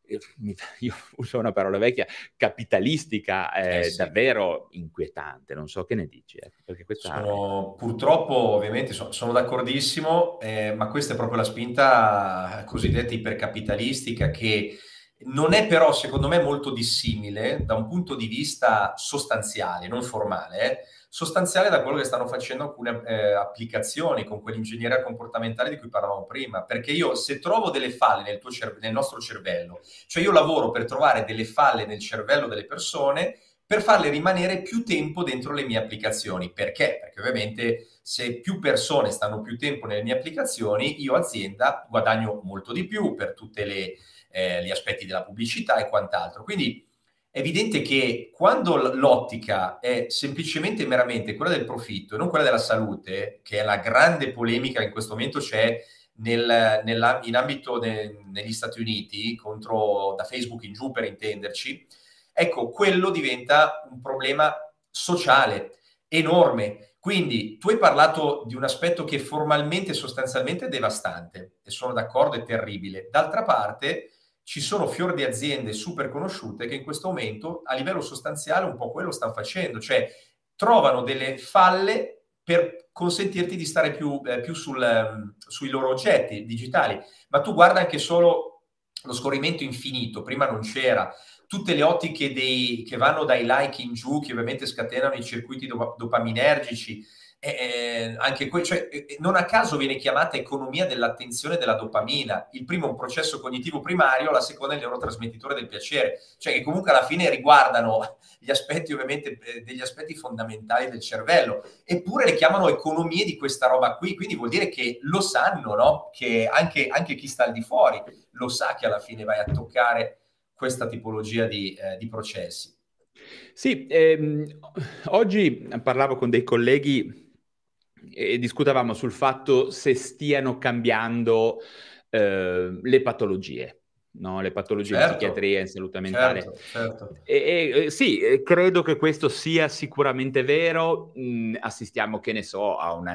C: io uso una parola vecchia, capitalistica, eh, eh sì. davvero inquietante, non so che ne dici. Eh, perché questa
D: sono, è... Purtroppo, ovviamente, sono, sono d'accordissimo, eh, ma questa è proprio la spinta cosiddetta ipercapitalistica che Non è però, secondo me, molto dissimile da un punto di vista sostanziale, non formale, eh, sostanziale da quello che stanno facendo alcune eh, applicazioni con quell'ingegneria comportamentale di cui parlavamo prima. Perché io, se trovo delle falle nel, tuo cerve- nel nostro cervello, cioè io lavoro per trovare delle falle nel cervello delle persone per farle rimanere più tempo dentro le mie applicazioni. Perché? Perché ovviamente se più persone stanno più tempo nelle mie applicazioni, io azienda guadagno molto di più per tutte le Eh, gli aspetti della pubblicità e quant'altro. Quindi è evidente che quando l'ottica è semplicemente e meramente quella del profitto e non quella della salute, che è la grande polemica che in questo momento c'è nel, nella, in ambito de, negli Stati Uniti, contro, da Facebook in giù per intenderci, ecco, quello diventa un problema sociale enorme. Quindi tu hai parlato di un aspetto che formalmente e sostanzialmente è devastante, e sono d'accordo, è terribile. D'altra parte ci sono fior di aziende super conosciute che in questo momento a livello sostanziale un po' quello stanno facendo, cioè trovano delle falle per consentirti di stare più, eh, più sul, um, sui loro oggetti digitali. Ma tu guarda anche solo lo scorrimento infinito, prima non c'era, tutte le ottiche dei, che vanno dai like in giù, che ovviamente scatenano i circuiti dop- dopaminergici, eh, anche que- cioè, eh, non a caso viene chiamata economia dell'attenzione e della dopamina. Il primo è un processo cognitivo primario, la seconda è il neurotrasmettitore del piacere, cioè che comunque alla fine riguardano gli aspetti ovviamente eh, degli aspetti fondamentali del cervello, eppure le chiamano economie di questa roba qui, quindi vuol dire che lo sanno, no? Che anche, anche chi sta al di fuori lo sa che alla fine vai a toccare questa tipologia di, eh, di processi.
C: Sì, ehm, oggi parlavo con dei colleghi e discutevamo sul fatto se stiano cambiando eh, le patologie, no? Le patologie
D: Certo,
C: in psichiatria, in salute mentale.
D: Certo, certo.
C: E, e, sì, credo che questo sia sicuramente vero. Mm, assistiamo, che ne so, a una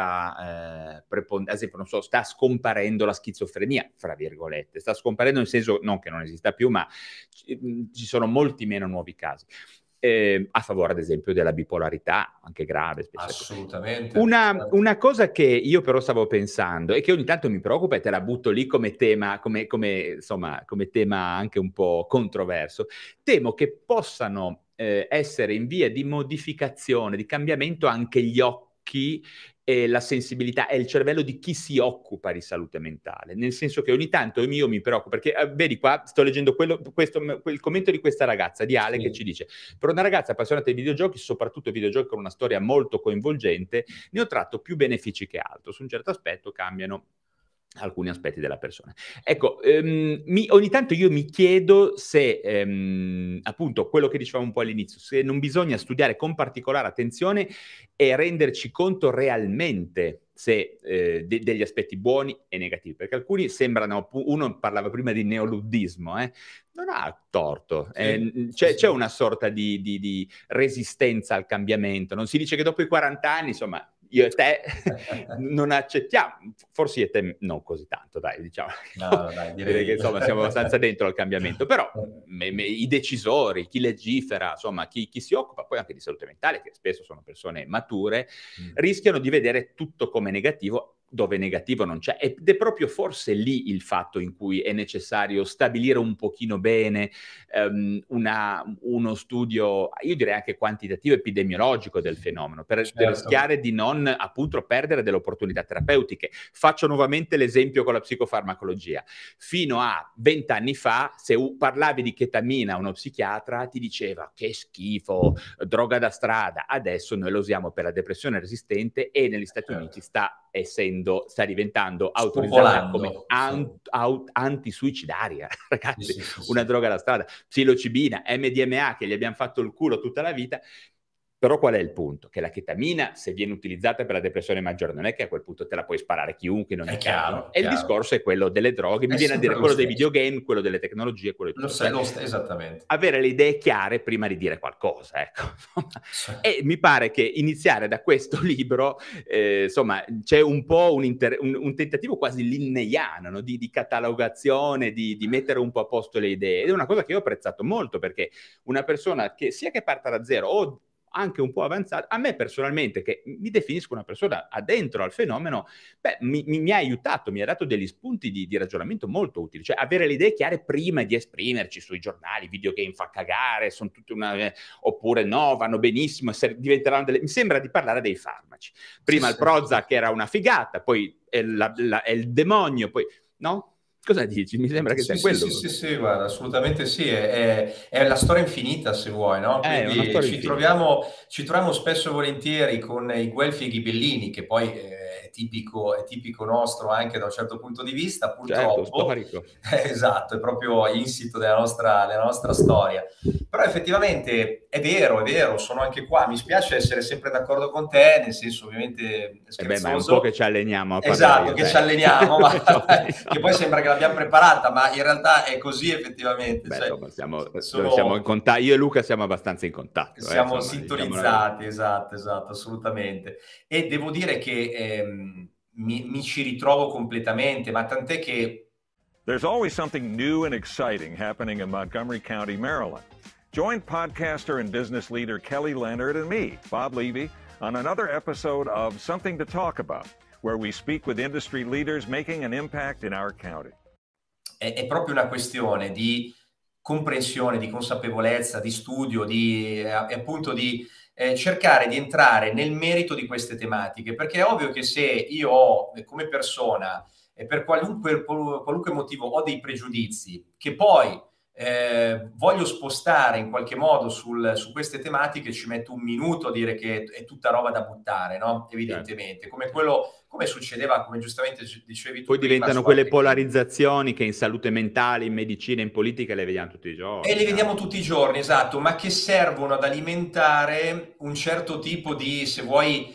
C: netta eh, preponderanza. Ad esempio, non so, sta scomparendo la schizofrenia, fra virgolette. Sta scomparendo nel senso non che non esista più, ma ci, ci sono molti meno nuovi casi. Eh, a favore, ad esempio, della bipolarità, anche grave.
D: Assolutamente.
C: Una,
D: certo.
C: una cosa che io però stavo pensando e che ogni tanto mi preoccupa e te la butto lì come tema, come, come, insomma, come tema anche un po' controverso, temo che possano eh, essere in via di modificazione, di cambiamento anche gli occhi e la sensibilità e il cervello di chi si occupa di salute mentale, nel senso che ogni tanto io mi preoccupo, perché eh, vedi qua, sto leggendo quello, questo, il commento di questa ragazza, di Ale, sì, che ci dice: per una ragazza appassionata ai videogiochi, soprattutto videogiochi con una storia molto coinvolgente, ne ho tratto più benefici che altro, su un certo aspetto cambiano alcuni aspetti della persona. Ecco, ehm, mi, ogni tanto io mi chiedo se, ehm, appunto, quello che dicevamo un po' all'inizio, se non bisogna studiare con particolare attenzione e renderci conto realmente se eh, de- degli aspetti buoni e negativi, perché alcuni sembrano, uno parlava prima di neoluddismo, eh? Non ha torto, sì, eh, c'è, sì. c'è una sorta di, di, di resistenza al cambiamento, non si dice che dopo i quaranta anni, insomma, io e te non accettiamo, forse io e te non così tanto, dai, diciamo.
D: No, no, dai, direi.
C: direi che insomma siamo abbastanza dentro al cambiamento, però me, me, i decisori, chi legifera, insomma, chi, chi si occupa poi anche di salute mentale, che spesso sono persone mature, mm. rischiano di vedere tutto come negativo, dove negativo non c'è, ed è proprio forse lì il fatto in cui è necessario stabilire un pochino bene um, una, uno studio, io direi anche quantitativo epidemiologico del fenomeno, per, certo. per rischiare di non appunto perdere delle opportunità terapeutiche. Faccio nuovamente l'esempio con la psicofarmacologia. Fino a vent'anni fa, se u- parlavi di chetamina a uno psichiatra, ti diceva che schifo, droga da strada. Adesso noi lo usiamo per la depressione resistente e negli Stati certo. Uniti sta essendo sta diventando autorizzata come an- sì. out- antisuicidaria, ragazzi, sì, sì, sì, una sì. droga da strada, psilocibina, M D M A, che gli abbiamo fatto il culo tutta la vita. Però qual è il punto? Che la chetamina, se viene utilizzata per la depressione maggiore, non è che a quel punto te la puoi sparare chiunque in ogni caso. Chiaro, e chiaro. Il discorso è quello delle droghe, mi è viene a dire quello stesso. Dei videogame, quello delle tecnologie, quello di tutto.
D: Lo sai, lo st- esattamente.
C: Avere le idee chiare prima di dire qualcosa, ecco. Sì. E mi pare che iniziare da questo libro, eh, insomma, c'è un po' un, inter- un, un tentativo quasi linneiano, no? di, di catalogazione, di, di mettere un po' a posto le idee. Ed è una cosa che io ho apprezzato molto, perché una persona che sia che parta da zero o anche un po' avanzato. A me personalmente, che mi definisco una persona addentro al fenomeno, beh, mi, mi, mi ha aiutato, mi ha dato degli spunti di, di ragionamento molto utili, cioè avere le idee chiare prima di esprimerci sui giornali, videogame fa cagare, sono tutte una... Eh, oppure no, vanno benissimo, se diventeranno delle... Mi sembra di parlare dei farmaci. Prima sì, il Prozac sì. era una figata, poi è, la, la, è il demonio, poi... no? Cosa dici? Mi sembra che
D: sì,
C: sia
D: sì,
C: quello.
D: Sì, sì, sì, guarda, assolutamente sì, è, è, è la storia infinita se vuoi, no? Quindi
C: eh,
D: ci, troviamo, ci troviamo spesso e volentieri con i Guelfi e i Ghibellini, che poi è tipico, è tipico nostro anche da un certo punto di vista, purtroppo.
C: Certo, storico.
D: Esatto, è proprio insito della nostra, della nostra storia. Però effettivamente è vero, è vero, sono anche qua, mi spiace essere sempre d'accordo con te, nel senso ovviamente scherzoso.
C: Eh beh, ma è un po' che ci alleniamo a
D: Esatto, che te. ci alleniamo, ma che poi sembra che l'abbiamo preparata, ma in realtà è così effettivamente.
C: Beh,
D: cioè,
C: insomma, siamo,
D: sono...
C: siamo in contatto, io e Luca siamo abbastanza in contatto.
D: Siamo
C: eh, insomma,
D: sintonizzati, diciamo... esatto, esatto, assolutamente. E devo dire che ehm, mi, mi ci ritrovo completamente, ma tant'è che...
E: There's always something new and exciting happening in Montgomery County, Maryland. Join podcaster and business leader Kelly Leonard and me, Bob Levy, on another episode of Something to Talk About, where we speak with industry leaders making an impact in our county.
D: È, è proprio una questione di comprensione, di consapevolezza, di studio, di eh, appunto di eh, cercare di entrare nel merito di queste tematiche, perché è ovvio che se io ho come persona e per qualunque, qualunque motivo ho dei pregiudizi che poi eh, voglio spostare in qualche modo sul, su queste tematiche, ci metto un minuto a dire che è tutta roba da buttare, no? Evidentemente, come quello, come succedeva, come giustamente dicevi tu.
C: Poi
D: prima,
C: diventano quelle polarizzazioni che in salute mentale, in medicina, in politica le vediamo tutti i giorni.
D: E le vediamo tutti i giorni, esatto, ma che servono ad alimentare un certo tipo di, se vuoi,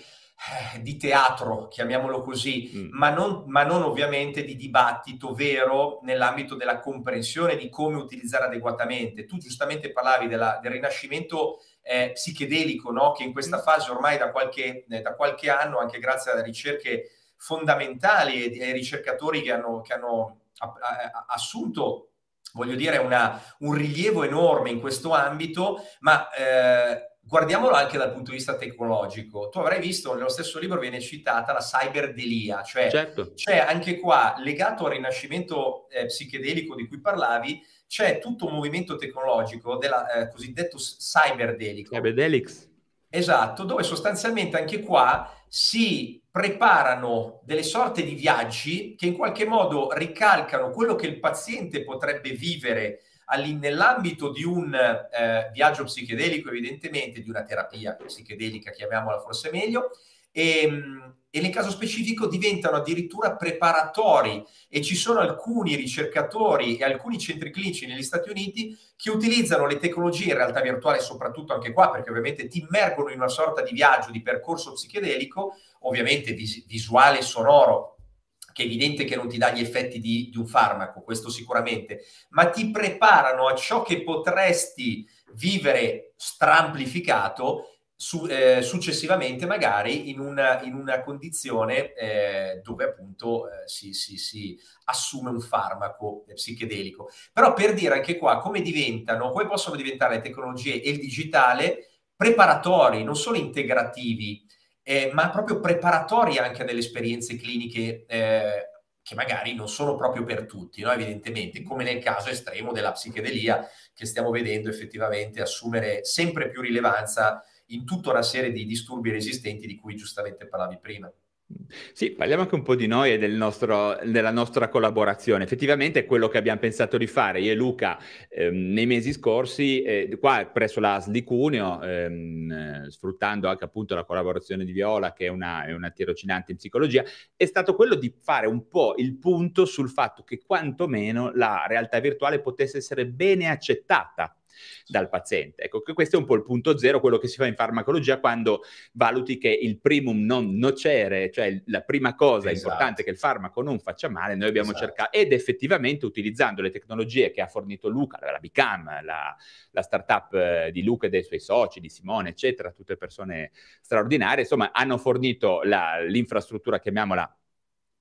D: di teatro, chiamiamolo così, mm. ma, non, ma non ovviamente di dibattito vero nell'ambito della comprensione di come utilizzare adeguatamente. Tu giustamente parlavi della, del rinascimento eh, psichedelico, no? Che in questa fase ormai da qualche, eh, da qualche anno, anche grazie alle ricerche fondamentali e ai ricercatori che hanno, che hanno a, a, assunto, voglio dire, una, un rilievo enorme in questo ambito, ma... Eh, guardiamolo anche dal punto di vista tecnologico. Tu avrai visto, nello stesso libro viene citata la cyberdelia, cioè
C: certo.
D: c'è anche qua, legato al rinascimento eh, psichedelico di cui parlavi, c'è tutto un movimento tecnologico della eh, cosiddetto cyberdelico.
C: Cyberdelix.
D: Esatto, dove sostanzialmente anche qua si preparano delle sorte di viaggi che in qualche modo ricalcano quello che il paziente potrebbe vivere nell'ambito di un eh, viaggio psichedelico, evidentemente, di una terapia psichedelica, chiamiamola forse meglio, e, e nel caso specifico diventano addirittura preparatori, e ci sono alcuni ricercatori e alcuni centri clinici negli Stati Uniti che utilizzano le tecnologie in realtà virtuale, soprattutto anche qua, perché ovviamente ti immergono in una sorta di viaggio, di percorso psichedelico, ovviamente vis- visuale e sonoro, che è evidente che non ti dà gli effetti di, di un farmaco, questo sicuramente, ma ti preparano a ciò che potresti vivere stramplificato su, eh, successivamente magari in una, in una condizione eh, dove appunto eh, si, si, si assume un farmaco psichedelico. Però per dire anche qua come diventano, come possono diventare le tecnologie e il digitale preparatori, non solo integrativi, Eh, ma proprio preparatori anche a delle esperienze cliniche eh, che magari non sono proprio per tutti, no? Evidentemente, come nel caso estremo della psichedelia, che stiamo vedendo effettivamente assumere sempre più rilevanza in tutta una serie di disturbi resistenti di cui giustamente parlavi prima.
C: Sì, parliamo anche un po' di noi e del nostro, della nostra collaborazione. Effettivamente è quello che abbiamo pensato di fare io e Luca ehm, nei mesi scorsi, eh, qua presso la A S L di Cuneo, ehm, eh, sfruttando anche appunto la collaborazione di Viola, che è una, è una tirocinante in psicologia, è stato quello di fare un po' il punto sul fatto che quantomeno la realtà virtuale potesse essere bene accettata dal paziente. Ecco, che questo è un po' il punto zero, quello che si fa in farmacologia quando valuti che il primum non nocere, cioè la prima cosa
D: esatto.
C: importante è che il farmaco non faccia male, noi abbiamo
D: esatto.
C: cercato, ed effettivamente utilizzando le tecnologie che ha fornito Luca, la Bicam, la, la startup di Luca e dei suoi soci, di Simone, eccetera, tutte persone straordinarie, insomma, hanno fornito la, l'infrastruttura, chiamiamola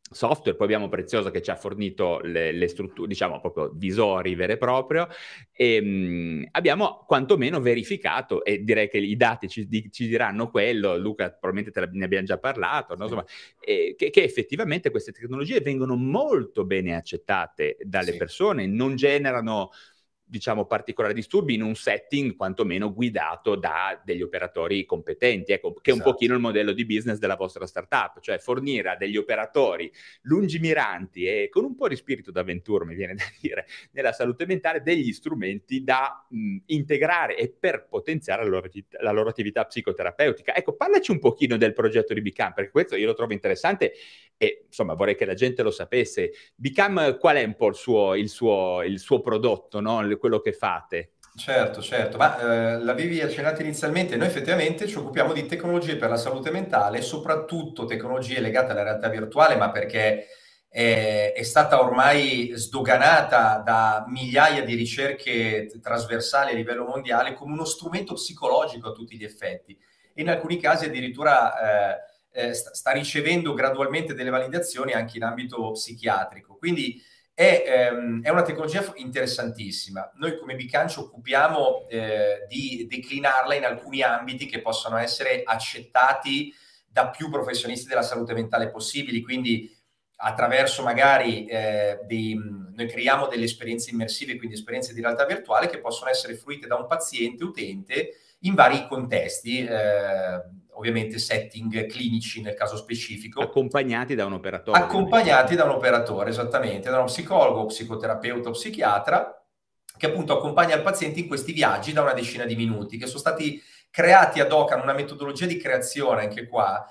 C: software, poi abbiamo Preziosa che ci ha fornito le, le strutture, diciamo proprio visori vere e proprio, e mh, abbiamo quantomeno verificato, e direi che i dati ci, di, ci diranno quello, Luca probabilmente te ne abbiamo già parlato, no? Insomma, eh, che, che effettivamente queste tecnologie vengono molto bene accettate dalle
D: Sì.
C: persone, non generano, diciamo, particolari disturbi in un setting quantomeno guidato da degli operatori competenti, ecco, che è un
D: Esatto.
C: pochino il modello di business della vostra startup, cioè fornire a degli operatori lungimiranti e con un po' di spirito d'avventura, mi viene da dire, nella salute mentale, degli strumenti da mh, integrare e per potenziare la loro, la loro attività psicoterapeutica. Ecco, parlaci un pochino del progetto di Become, perché questo io lo trovo interessante e insomma vorrei che la gente lo sapesse. Become, qual è un po' il suo, il suo, il suo prodotto, no? Quello che fate?
D: Certo, certo, ma eh, l'avevi accennato inizialmente, noi effettivamente ci occupiamo di tecnologie per la salute mentale, soprattutto tecnologie legate alla realtà virtuale, ma perché è, è stata ormai sdoganata da migliaia di ricerche trasversali a livello mondiale come uno strumento psicologico a tutti gli effetti. E in alcuni casi addirittura eh, eh, sta ricevendo gradualmente delle validazioni anche in ambito psichiatrico. Quindi È, ehm, è una tecnologia interessantissima. Noi come Become ci occupiamo eh, di declinarla in alcuni ambiti che possono essere accettati da più professionisti della salute mentale possibili, quindi attraverso magari eh, dei, noi creiamo delle esperienze immersive, quindi esperienze di realtà virtuale che possono essere fruite da un paziente utente in vari contesti, eh, ovviamente setting clinici nel caso specifico.
C: Accompagnati da un operatore.
D: Accompagnati da un operatore, esattamente, da uno psicologo, psicoterapeuta o psichiatra, che appunto accompagna il paziente in questi viaggi da una decina di minuti, che sono stati creati ad hoc, hanno una metodologia di creazione anche qua,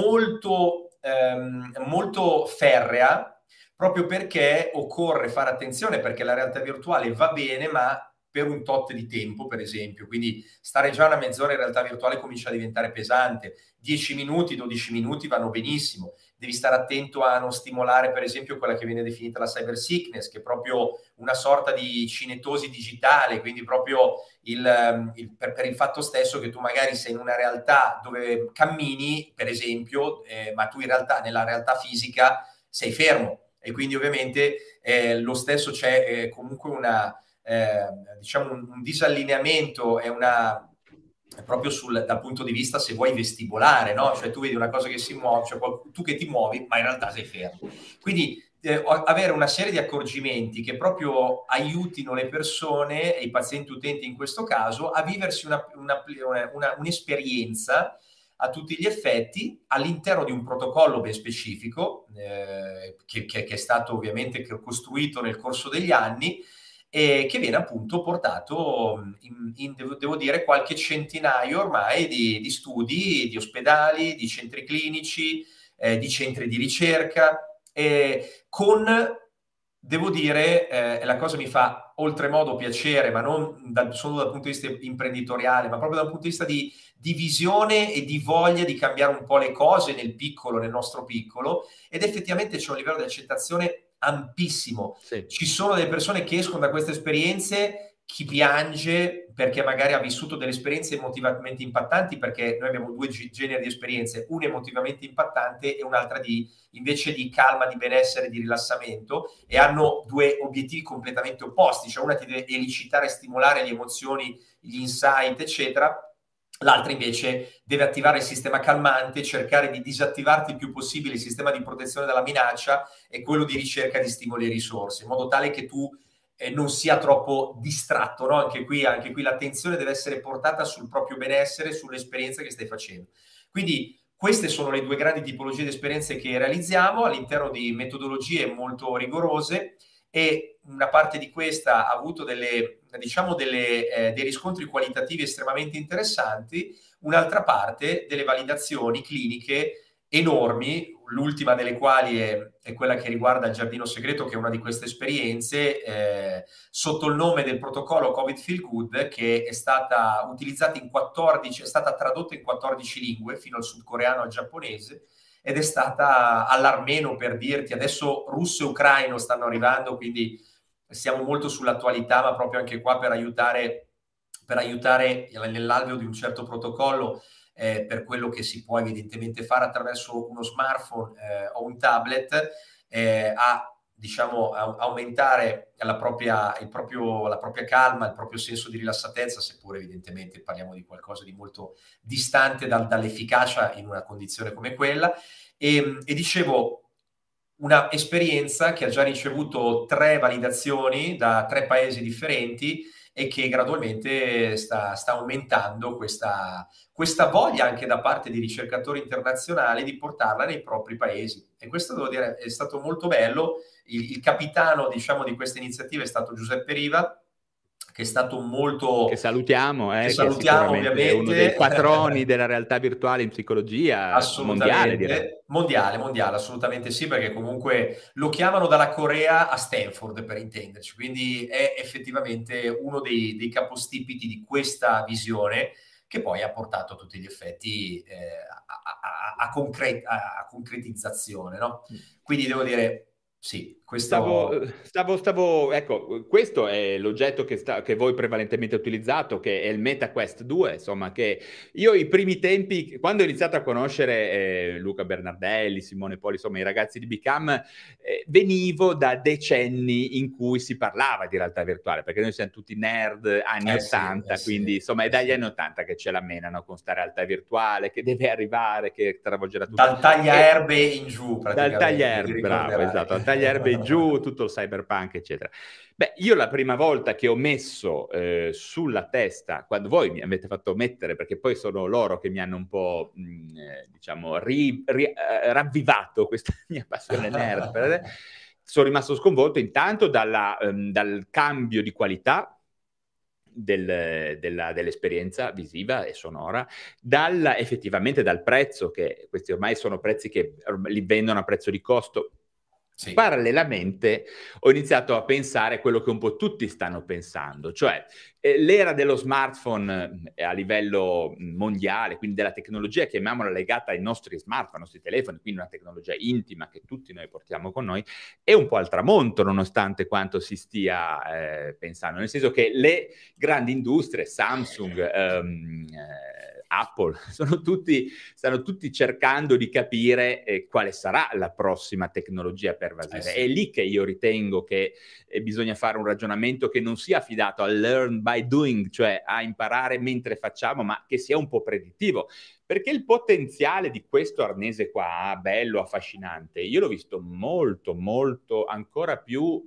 D: molto, ehm, molto ferrea, proprio perché occorre fare attenzione, perché la realtà virtuale va bene, ma per un tot di tempo, per esempio. Quindi stare già una mezz'ora in realtà virtuale comincia a diventare pesante. dieci minuti, dodici minuti vanno benissimo. Devi stare attento a non stimolare, per esempio, quella che viene definita la cyber sickness, che è proprio una sorta di cinetosi digitale, quindi proprio il, il, per, per il fatto stesso che tu magari sei in una realtà dove cammini, per esempio, eh, ma tu in realtà nella realtà fisica sei fermo. E quindi ovviamente eh, lo stesso c'è eh, comunque una... Eh, diciamo un, un disallineamento è una è proprio sul, dal punto di vista, se vuoi, vestibolare, no? Cioè tu vedi una cosa che si muove, cioè tu che ti muovi, ma in realtà sei fermo. Quindi eh, avere una serie di accorgimenti che proprio aiutino le persone e i pazienti utenti in questo caso a viversi una, una, una, un'esperienza a tutti gli effetti all'interno di un protocollo ben specifico eh, che, che, che è stato ovviamente costruito nel corso degli anni e che viene appunto portato in, in devo, devo dire, qualche centinaio ormai di, di studi, di ospedali, di centri clinici, eh, di centri di ricerca, eh, con, devo dire, eh, la cosa mi fa oltremodo piacere, ma non da, solo dal punto di vista imprenditoriale, ma proprio dal punto di vista di, di visione e di voglia di cambiare un po' le cose nel piccolo, nel nostro piccolo, ed effettivamente c'è un livello di accettazione ampissimo. Sì. Ci sono delle persone che escono da queste esperienze, chi piange perché magari ha vissuto delle esperienze emotivamente impattanti, perché noi abbiamo due g- generi di esperienze, una emotivamente impattante e un'altra di invece di calma, di benessere, di rilassamento, e hanno due obiettivi completamente opposti, cioè una ti deve elicitare e stimolare le emozioni, gli insight, eccetera. L'altra invece deve attivare il sistema calmante, cercare di disattivarti il più possibile il sistema di protezione dalla minaccia e quello di ricerca di stimoli e risorse, in modo tale che tu eh, non sia troppo distratto, no? Anche qui, anche qui l'attenzione deve essere portata sul proprio benessere, sull'esperienza che stai facendo. Quindi queste sono le due grandi tipologie di esperienze che realizziamo all'interno di metodologie molto rigorose, e una parte di questa ha avuto delle, diciamo delle, eh, dei riscontri qualitativi estremamente interessanti, un'altra parte delle validazioni cliniche enormi, l'ultima delle quali è, è quella che riguarda il Giardino Segreto, che è una di queste esperienze, eh, sotto il nome del protocollo Covid Feel Good, che è stata utilizzata in quattordici, è stata tradotta in quattordici lingue, fino al sudcoreano al giapponese, ed è stata all'armeno, per dirti, adesso russo e ucraino stanno arrivando, quindi siamo molto sull'attualità, ma proprio anche qua per aiutare, per aiutare nell'alveo di un certo protocollo eh, per quello che si può evidentemente fare attraverso uno smartphone eh, o un tablet, eh, a diciamo a, aumentare la propria, il proprio, la propria calma, il proprio senso di rilassatezza, seppure evidentemente parliamo di qualcosa di molto distante dal, dall'efficacia in una condizione come quella. E, e dicevo, una esperienza che ha già ricevuto tre validazioni da tre paesi differenti e che gradualmente sta, sta aumentando questa, questa voglia anche da parte di ricercatori internazionali di portarla nei propri paesi. E questo, devo dire, è stato molto bello. Il, il capitano, diciamo, di questa iniziativa è stato Giuseppe Riva, che è stato molto...
C: Che salutiamo, eh,
D: che
C: che
D: salutiamo
C: ovviamente è uno dei patroni della realtà virtuale in psicologia mondiale, direi.
D: Mondiale, mondiale, assolutamente sì, perché comunque lo chiamano dalla Corea a Stanford, per intenderci, quindi è effettivamente uno dei, dei capostipiti di questa visione, che poi ha portato a tutti gli effetti eh, a, a, a, concre- a concretizzazione, no? Quindi devo dire... Sì, questo...
C: Stavo, stavo, stavo, ecco, questo è l'oggetto che, sta, che voi prevalentemente utilizzato, che è il MetaQuest due, insomma, che io i primi tempi, quando ho iniziato a conoscere eh, Luca Bernardelli, Simone Poli, insomma, i ragazzi di Bicam, eh, venivo da decenni in cui si parlava di realtà virtuale, perché noi siamo tutti nerd anni
D: eh
C: ottanta,
D: sì, eh
C: quindi
D: sì,
C: insomma è
D: eh
C: dagli
D: sì.
C: anni ottanta che ce la menano con sta realtà virtuale, che deve arrivare, che travolgerà tutto.
D: Dal tagliaerbe e... in giù, praticamente.
C: Dal tagliaerbe, bravo, esatto, dal tagliaerbe in giù, tutto il cyberpunk, eccetera. Beh, io la prima volta che ho messo eh, sulla testa, quando voi mi avete fatto mettere, perché poi sono loro che mi hanno un po', mh, eh, diciamo, ri, ri, eh, ravvivato questa mia passione nerd, per, sono rimasto sconvolto intanto dalla, um, dal cambio di qualità Del, della, dell'esperienza visiva e sonora, dalla, effettivamente dal prezzo, che questi ormai sono prezzi che li vendono a prezzo di costo. Sì. Parallelamente ho iniziato a pensare quello che un po' tutti stanno pensando, cioè eh, l'era dello smartphone eh, a livello mondiale, quindi della tecnologia, chiamiamola, legata ai nostri smartphone, ai nostri telefoni, quindi una tecnologia intima che tutti noi portiamo con noi, è un po' al tramonto nonostante quanto si stia eh, pensando, nel senso che le grandi industrie, Samsung, ehm, eh, Apple, sono tutti, stanno tutti cercando di capire eh, quale sarà la prossima tecnologia pervasiva. Eh sì. È lì che io ritengo che eh, bisogna fare un ragionamento che non sia affidato al learn by doing, cioè a imparare mentre facciamo, ma che sia un po' predittivo. Perché il potenziale di questo arnese qua, bello, affascinante, io l'ho visto molto, molto, ancora più...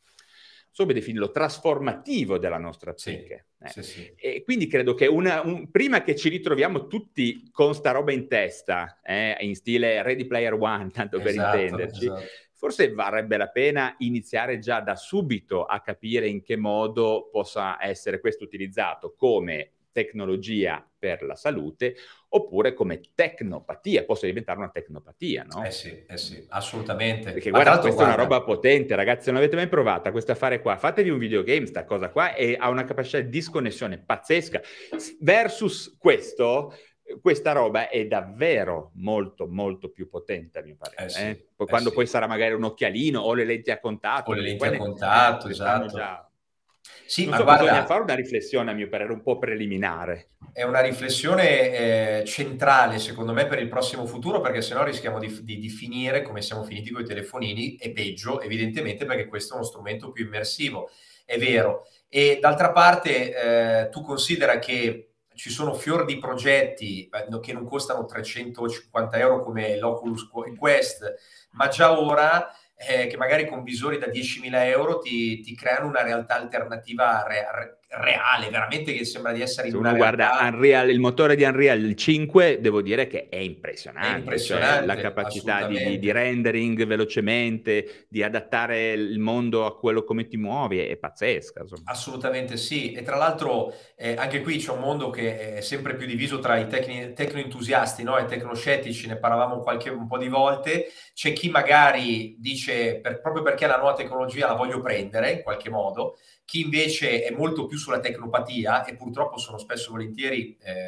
C: come definirlo, trasformativo della nostra psiche. Sì, eh. sì, sì. E quindi credo che una, un, prima che ci ritroviamo tutti con sta roba in testa, eh, in stile Ready Player One, tanto esatto, per intenderci, esatto. Forse varrebbe la pena iniziare già da subito a capire in che modo possa essere questo utilizzato come tecnologia per la salute oppure come tecnopatia, possa diventare una tecnopatia, no?
D: Eh sì, eh sì, assolutamente.
C: Perché guarda, questa guarda... è una roba potente, ragazzi, se non avete mai provata questo affare qua, fatevi un videogame, sta cosa qua, e ha una capacità di disconnessione pazzesca. Versus questo, questa roba è davvero molto, molto più potente, a mio parere.
D: Eh sì,
C: eh? Poi, eh quando sì. poi sarà magari un occhialino o le lenti a contatto.
D: O le lenti a contatto, ne, esatto.
C: Già...
D: Sì,
C: non
D: ma
C: so,
D: guarda,
C: bisogna fare una riflessione, a mio parere, un po' preliminare.
D: È una riflessione eh, centrale, secondo me, per il prossimo futuro, perché sennò rischiamo di, di, di finire come siamo finiti con i telefonini, e peggio, evidentemente, perché questo è uno strumento più immersivo, è vero. E d'altra parte, eh, tu considera che ci sono fior di progetti eh, che non costano trecentocinquanta euro come l'Oculus Quest, ma già ora... Eh, che magari con visori da diecimila euro ti, ti creano una realtà alternativa re, re, reale, veramente, che sembra di essere in
C: Se
D: una
C: uno
D: realtà...
C: guarda Unreal, il motore di Unreal cinque, devo dire che è impressionante,
D: è impressionante,
C: cioè, la capacità di, di, di rendering velocemente, di adattare il mondo a quello come ti muovi, è, è pazzesca. Insomma.
D: Assolutamente sì, e tra l'altro eh, anche qui c'è un mondo che è sempre più diviso tra i tecni, tecno-entusiasti, no? E tecnoscettici, ne parlavamo qualche un po' di volte. C'è chi magari dice per, proprio perché la nuova tecnologia la voglio prendere in qualche modo, chi invece è molto più sulla tecnopatia, e purtroppo sono spesso volentieri eh,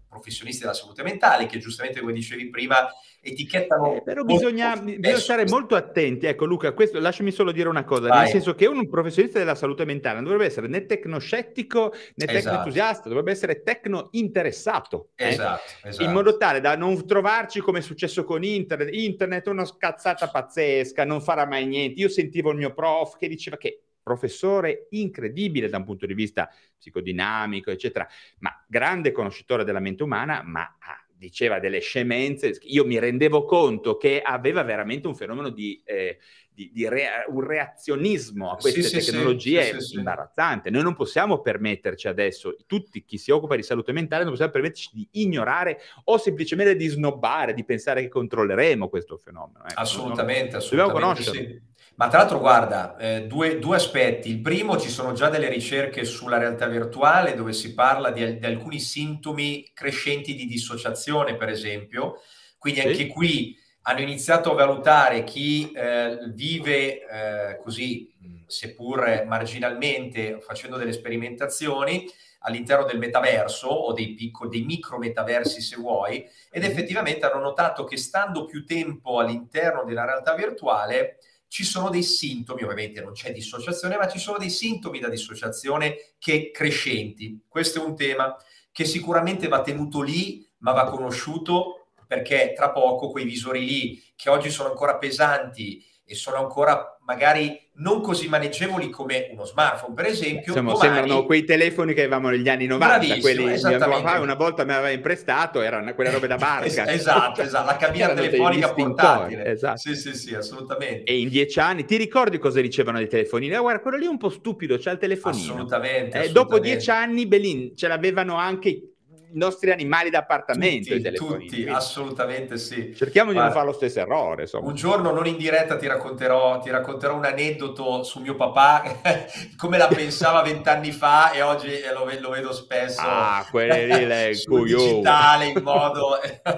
D: professionisti della salute mentale che giustamente, come dicevi prima, etichettano...
C: Eh, però bisogna, bisogna stare molto attenti. Ecco Luca, questo, lasciami solo dire una cosa,
D: Vai.
C: nel senso che un professionista della salute mentale non dovrebbe essere né tecnoscettico né
D: Esatto.
C: tecno-entusiasta, dovrebbe essere tecno-interessato. Eh?
D: Esatto, esatto.
C: In modo tale da non trovarci come è successo con internet. Internet è una scazzata pazzesca, non farà mai niente. Io sentivo il mio prof che diceva che professore incredibile da un punto di vista psicodinamico, eccetera, ma grande conoscitore della mente umana, ma ah, diceva delle scemenze. Io mi rendevo conto che aveva veramente un fenomeno di, eh, di, di re- un reazionismo a queste
D: sì,
C: tecnologie
D: sì, sì, sì,
C: imbarazzante. Noi non possiamo permetterci adesso, tutti chi si occupa di salute mentale, non possiamo permetterci di ignorare o semplicemente di snobbare, di pensare che controlleremo questo fenomeno. Ecco,
D: assolutamente,
C: non,
D: assolutamente
C: dobbiamo conoscerlo.
D: sì. Ma tra l'altro guarda, eh, due, due aspetti. Il primo, ci sono già delle ricerche sulla realtà virtuale dove si parla di, di alcuni sintomi crescenti di dissociazione, per esempio. Quindi anche
C: Sì.
D: qui hanno iniziato a valutare chi eh, vive eh, così, seppur marginalmente, facendo delle sperimentazioni all'interno del metaverso o dei piccoli, dei micro metaversi se vuoi, ed effettivamente hanno notato che stando più tempo all'interno della realtà virtuale ci sono dei sintomi, ovviamente non c'è dissociazione, ma ci sono dei sintomi da dissociazione che crescenti. Questo è un tema che sicuramente va tenuto lì, ma va conosciuto, perché tra poco quei visori lì, che oggi sono ancora pesanti e sono ancora magari non così maneggevoli come uno smartphone, per esempio,
C: Insomma,
D: domani...
C: sembrano quei telefoni che avevamo negli anni novanta, quelli mio papà una volta mi aveva imprestato, erano quelle robe da barca.
D: Esatto, esatto, la cabina telefonica portatile.
C: Esatto.
D: Sì, sì, sì, assolutamente.
C: E in dieci anni, ti ricordi cosa dicevano dei telefonini? Eh, guarda, quello lì è un po' stupido, c'ha il telefonino.
D: Assolutamente,
C: eh,
D: assolutamente.
C: Dopo dieci anni, Belin, ce l'avevano anche i nostri animali d'appartamento,
D: tutti,
C: i telefonini.
D: Tutti, assolutamente sì.
C: Cerchiamo
D: Guarda,
C: di non fare lo stesso errore. Insomma.
D: Un giorno, non in diretta, ti racconterò, ti racconterò un aneddoto su mio papà, come la pensava vent'anni fa e oggi lo, lo vedo spesso
C: ah, quelle lì, le
D: sul digitale, in modo...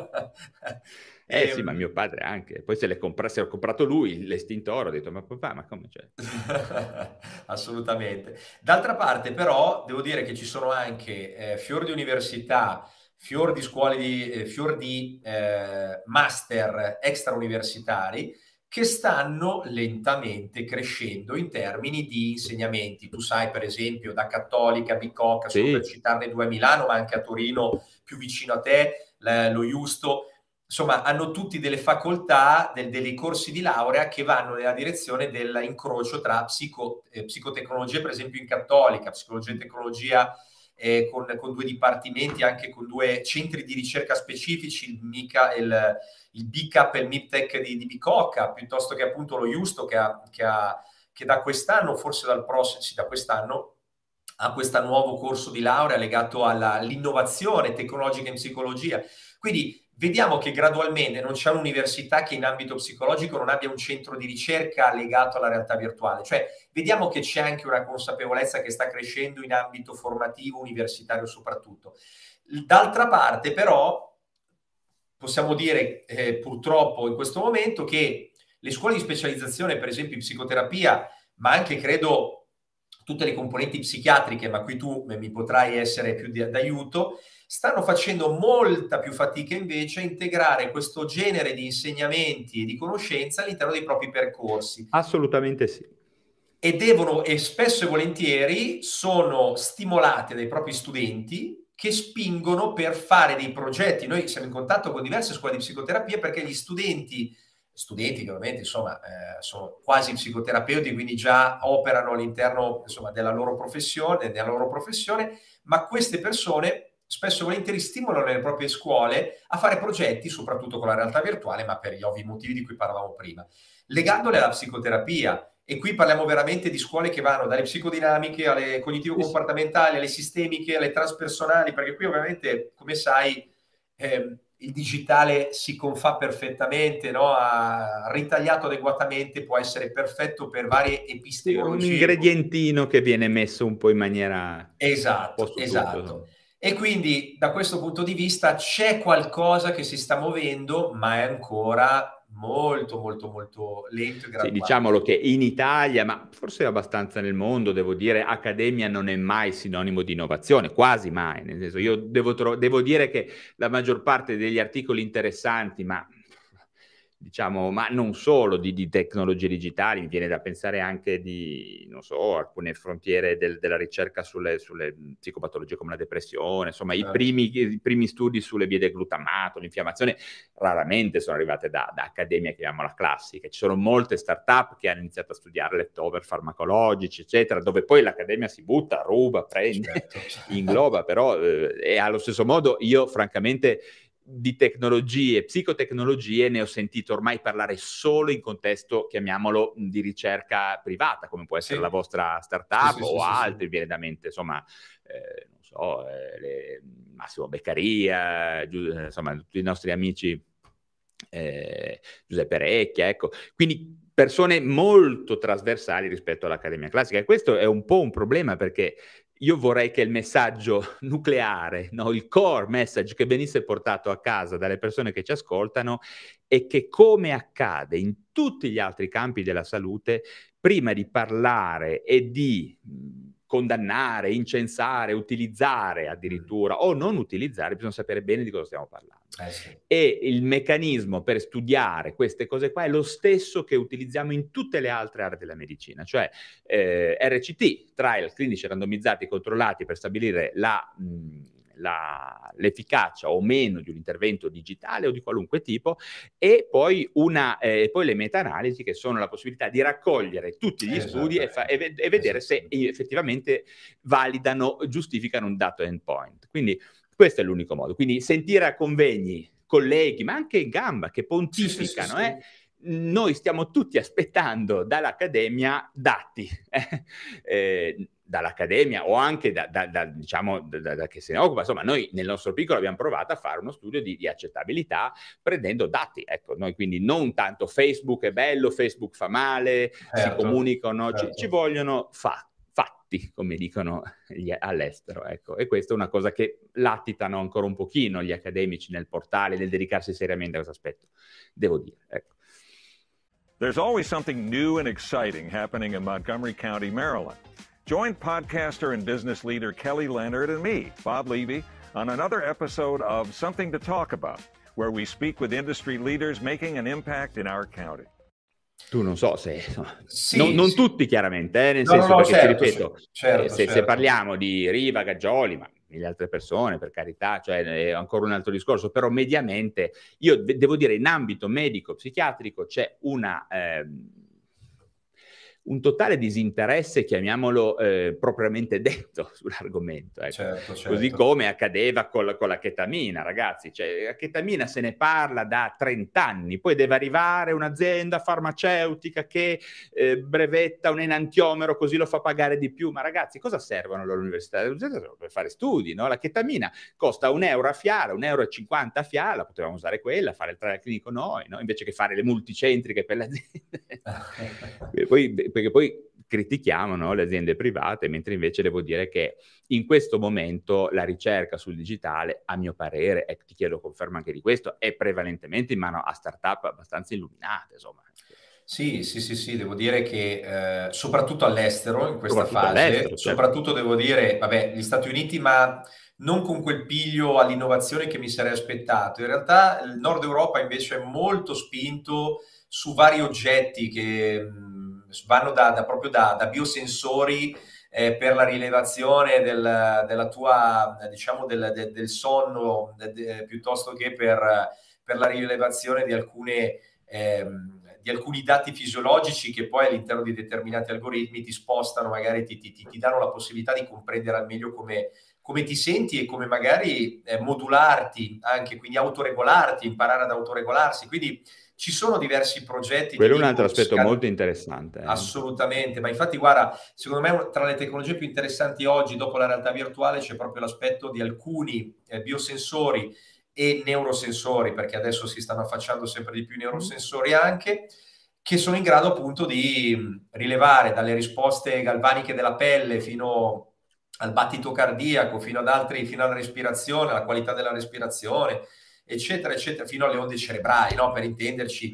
C: Eh sì, ma mio padre anche. Poi se l'è compra- se l'ha comprato lui, l'estintore, ho detto, ma papà, ma come c'è?
D: Assolutamente. D'altra parte, però, devo dire che ci sono anche eh, fior di università, fior di scuole di, eh, fior di eh, master extrauniversitari che stanno lentamente crescendo in termini di insegnamenti. Tu sai, per esempio, da Cattolica, Bicocca,
C: sì.
D: solo per citarne due a Milano, ma anche a Torino, più vicino a te, lo Justo. Insomma, hanno tutti delle facoltà, del, dei corsi di laurea che vanno nella direzione dell'incrocio tra psico, eh, psicotecnologie, per esempio in Cattolica, psicologia e tecnologia, eh, con, con due dipartimenti, anche con due centri di ricerca specifici, il, Mica, il, il B C A P e il MIPTEC di, di Bicocca, piuttosto che appunto lo Justo, che, ha, che, ha, che da quest'anno, forse dal prossimo, sì, da quest'anno, ha questo nuovo corso di laurea legato alla, all'innovazione tecnologica in psicologia. Quindi vediamo che gradualmente non c'è un'università che in ambito psicologico non abbia un centro di ricerca legato alla realtà virtuale. Cioè, vediamo che c'è anche una consapevolezza che sta crescendo in ambito formativo, universitario soprattutto. D'altra parte, però, possiamo dire eh, purtroppo in questo momento che le scuole di specializzazione, per esempio in psicoterapia, ma anche credo tutte le componenti psichiatriche, ma qui tu mi potrai essere più di, d'aiuto, stanno facendo molta più fatica invece a integrare questo genere di insegnamenti e di conoscenza all'interno dei propri percorsi.
C: Assolutamente sì.
D: E devono, e spesso e volentieri sono stimolate dai propri studenti che spingono per fare dei progetti. Noi siamo in contatto con diverse scuole di psicoterapia perché gli studenti, studenti che ovviamente insomma eh, sono quasi psicoterapeuti, quindi già operano all'interno insomma della loro professione, della loro professione, ma queste persone spesso e volentieri stimolano le proprie scuole a fare progetti, soprattutto con la realtà virtuale, ma per gli ovvi motivi di cui parlavamo prima, legandole alla psicoterapia. E qui parliamo veramente di scuole che vanno dalle psicodinamiche alle cognitivo-comportamentali, alle sistemiche, alle transpersonali, perché qui ovviamente, come sai, eh, il digitale si confà perfettamente, no? Ha ritagliato adeguatamente, può essere perfetto per varie epistemologie.
C: Un ingredientino che viene messo un po' in maniera...
D: Esatto, esatto. Tutto. E quindi da questo punto di vista c'è qualcosa che si sta muovendo, ma è ancora molto molto molto lento e graduale.
C: Sì, diciamolo che in Italia, ma forse abbastanza nel mondo, devo dire, accademia non è mai sinonimo di innovazione, quasi mai, nel senso, io devo, tro- devo dire che la maggior parte degli articoli interessanti, ma diciamo, ma non solo di, di tecnologie digitali, mi viene da pensare anche di, non so, alcune frontiere del, della ricerca sulle, sulle psicopatologie come la depressione, insomma, certo. i, primi, i primi studi sulle vie del glutamato, l'infiammazione, raramente sono arrivate da, da accademia, chiamiamola classica. Ci sono molte start-up che hanno iniziato a studiare leftover farmacologici, eccetera, dove poi l'accademia si butta, ruba, prende, certo. ingloba, però, eh, e allo stesso modo io, francamente, di tecnologie, psicotecnologie ne ho sentito ormai parlare solo in contesto, chiamiamolo, di ricerca privata, come può essere sì. la vostra startup sì, sì, o sì, altri, sì. viene da mente, insomma, eh, non so, eh, le, Massimo Beccaria, giu, insomma, tutti i nostri amici, eh, Giuseppe Recchia, ecco, quindi persone molto trasversali rispetto all'accademia classica, e questo è un po' un problema, perché io vorrei che il messaggio nucleare, no, il core message che venisse portato a casa dalle persone che ci ascoltano è che, come accade in tutti gli altri campi della salute, prima di parlare e di mh, condannare, incensare, utilizzare addirittura, o non utilizzare, bisogna sapere bene di cosa stiamo parlando. Eh sì. E il meccanismo per studiare queste cose qua è lo stesso che utilizziamo in tutte le altre aree della medicina, cioè eh, R C T, trial clinici randomizzati e controllati per stabilire la, mh, la, l'efficacia o meno di un intervento digitale o di qualunque tipo, e poi, una, eh, poi le meta-analisi, che sono la possibilità di raccogliere tutti gli esatto. studi e, fa- e, ve- e vedere esatto. se effettivamente validano, giustificano un dato endpoint. Quindi questo è l'unico modo. Quindi sentire a convegni colleghi, ma anche in gamba, che pontificano, sì, sì, sì, eh? sì. Noi stiamo tutti aspettando dall'accademia dati, eh? Eh, dall'accademia o anche da, da, da diciamo da, da, da che se ne occupa. Insomma, noi nel nostro piccolo abbiamo provato a fare uno studio di, di accettabilità prendendo dati. Ecco, noi quindi non tanto Facebook è bello, Facebook fa male, certo, si comunicano, certo. ci, ci vogliono fatti. fatti, come dicono gli, all'estero, ecco. E questa è una cosa che latitano ancora un pochino gli accademici nel portale, nel dedicarsi seriamente a questo aspetto, devo dire, ecco.
E: There's always something new and exciting happening in Montgomery County, Maryland. Join podcaster and business leader Kelly Leonard and me, Bob Levy, on another episode of Something to Talk About, where we speak with industry leaders making an impact in our county.
C: Tu non so se, insomma,
D: sì,
C: non, non
D: sì.
C: tutti chiaramente, eh, nel
D: no,
C: senso
D: no, no,
C: perché
D: certo,
C: ti ripeto,
D: certo,
C: eh, se,
D: certo.
C: se parliamo di Riva, Gaggioli, ma mille altre persone, per carità, cioè è ancora un altro discorso, però mediamente io de- devo dire in ambito medico-psichiatrico c'è una... Ehm, un totale disinteresse, chiamiamolo eh, propriamente detto, sull'argomento. Ecco.
D: Certo, certo.
C: Così come accadeva con la, con la chetamina, ragazzi. Cioè, la chetamina se ne parla da trenta anni, poi deve arrivare un'azienda farmaceutica che eh, brevetta un enantiomero, così lo fa pagare di più. Ma ragazzi, cosa servono all'università? Per fare studi, no? La chetamina costa un euro a fiala, un euro e cinquanta a fiala, potevamo usare quella, fare il trial clinico noi, no? Invece che fare le multicentriche per le aziende. Poi perché poi critichiamo, no, le aziende private, mentre invece devo dire che in questo momento la ricerca sul digitale, a mio parere, e ti chiedo conferma anche di questo, è prevalentemente in mano a start-up abbastanza illuminate, insomma.
D: Sì, sì, sì, sì, devo dire che eh, soprattutto all'estero, in questa
C: soprattutto
D: fase,
C: all'estero, certo.
D: soprattutto devo dire, vabbè, gli Stati Uniti, ma non con quel piglio all'innovazione che mi sarei aspettato. In realtà il Nord Europa invece è molto spinto su vari oggetti che mh, vanno da, da proprio da, da biosensori eh, per la rilevazione del, della tua, diciamo, del, del, del sonno, de, de, piuttosto che per, per la rilevazione di alcune... Ehm, di alcuni dati fisiologici che poi all'interno di determinati algoritmi ti spostano, magari ti, ti, ti danno la possibilità di comprendere al meglio come, come ti senti e come magari eh, modularti anche, quindi autoregolarti, imparare ad autoregolarsi. Quindi ci sono diversi progetti.
C: Quello è un altro aspetto molto interessante. Eh.
D: Assolutamente, ma infatti guarda, secondo me tra le tecnologie più interessanti oggi dopo la realtà virtuale c'è proprio l'aspetto di alcuni eh, biosensori e neurosensori, perché adesso si stanno affacciando sempre di più i neurosensori anche, che sono in grado appunto di rilevare dalle risposte galvaniche della pelle fino al battito cardiaco, fino ad altri, fino alla respirazione, alla qualità della respirazione, eccetera, eccetera, fino alle onde cerebrali, no? Per intenderci,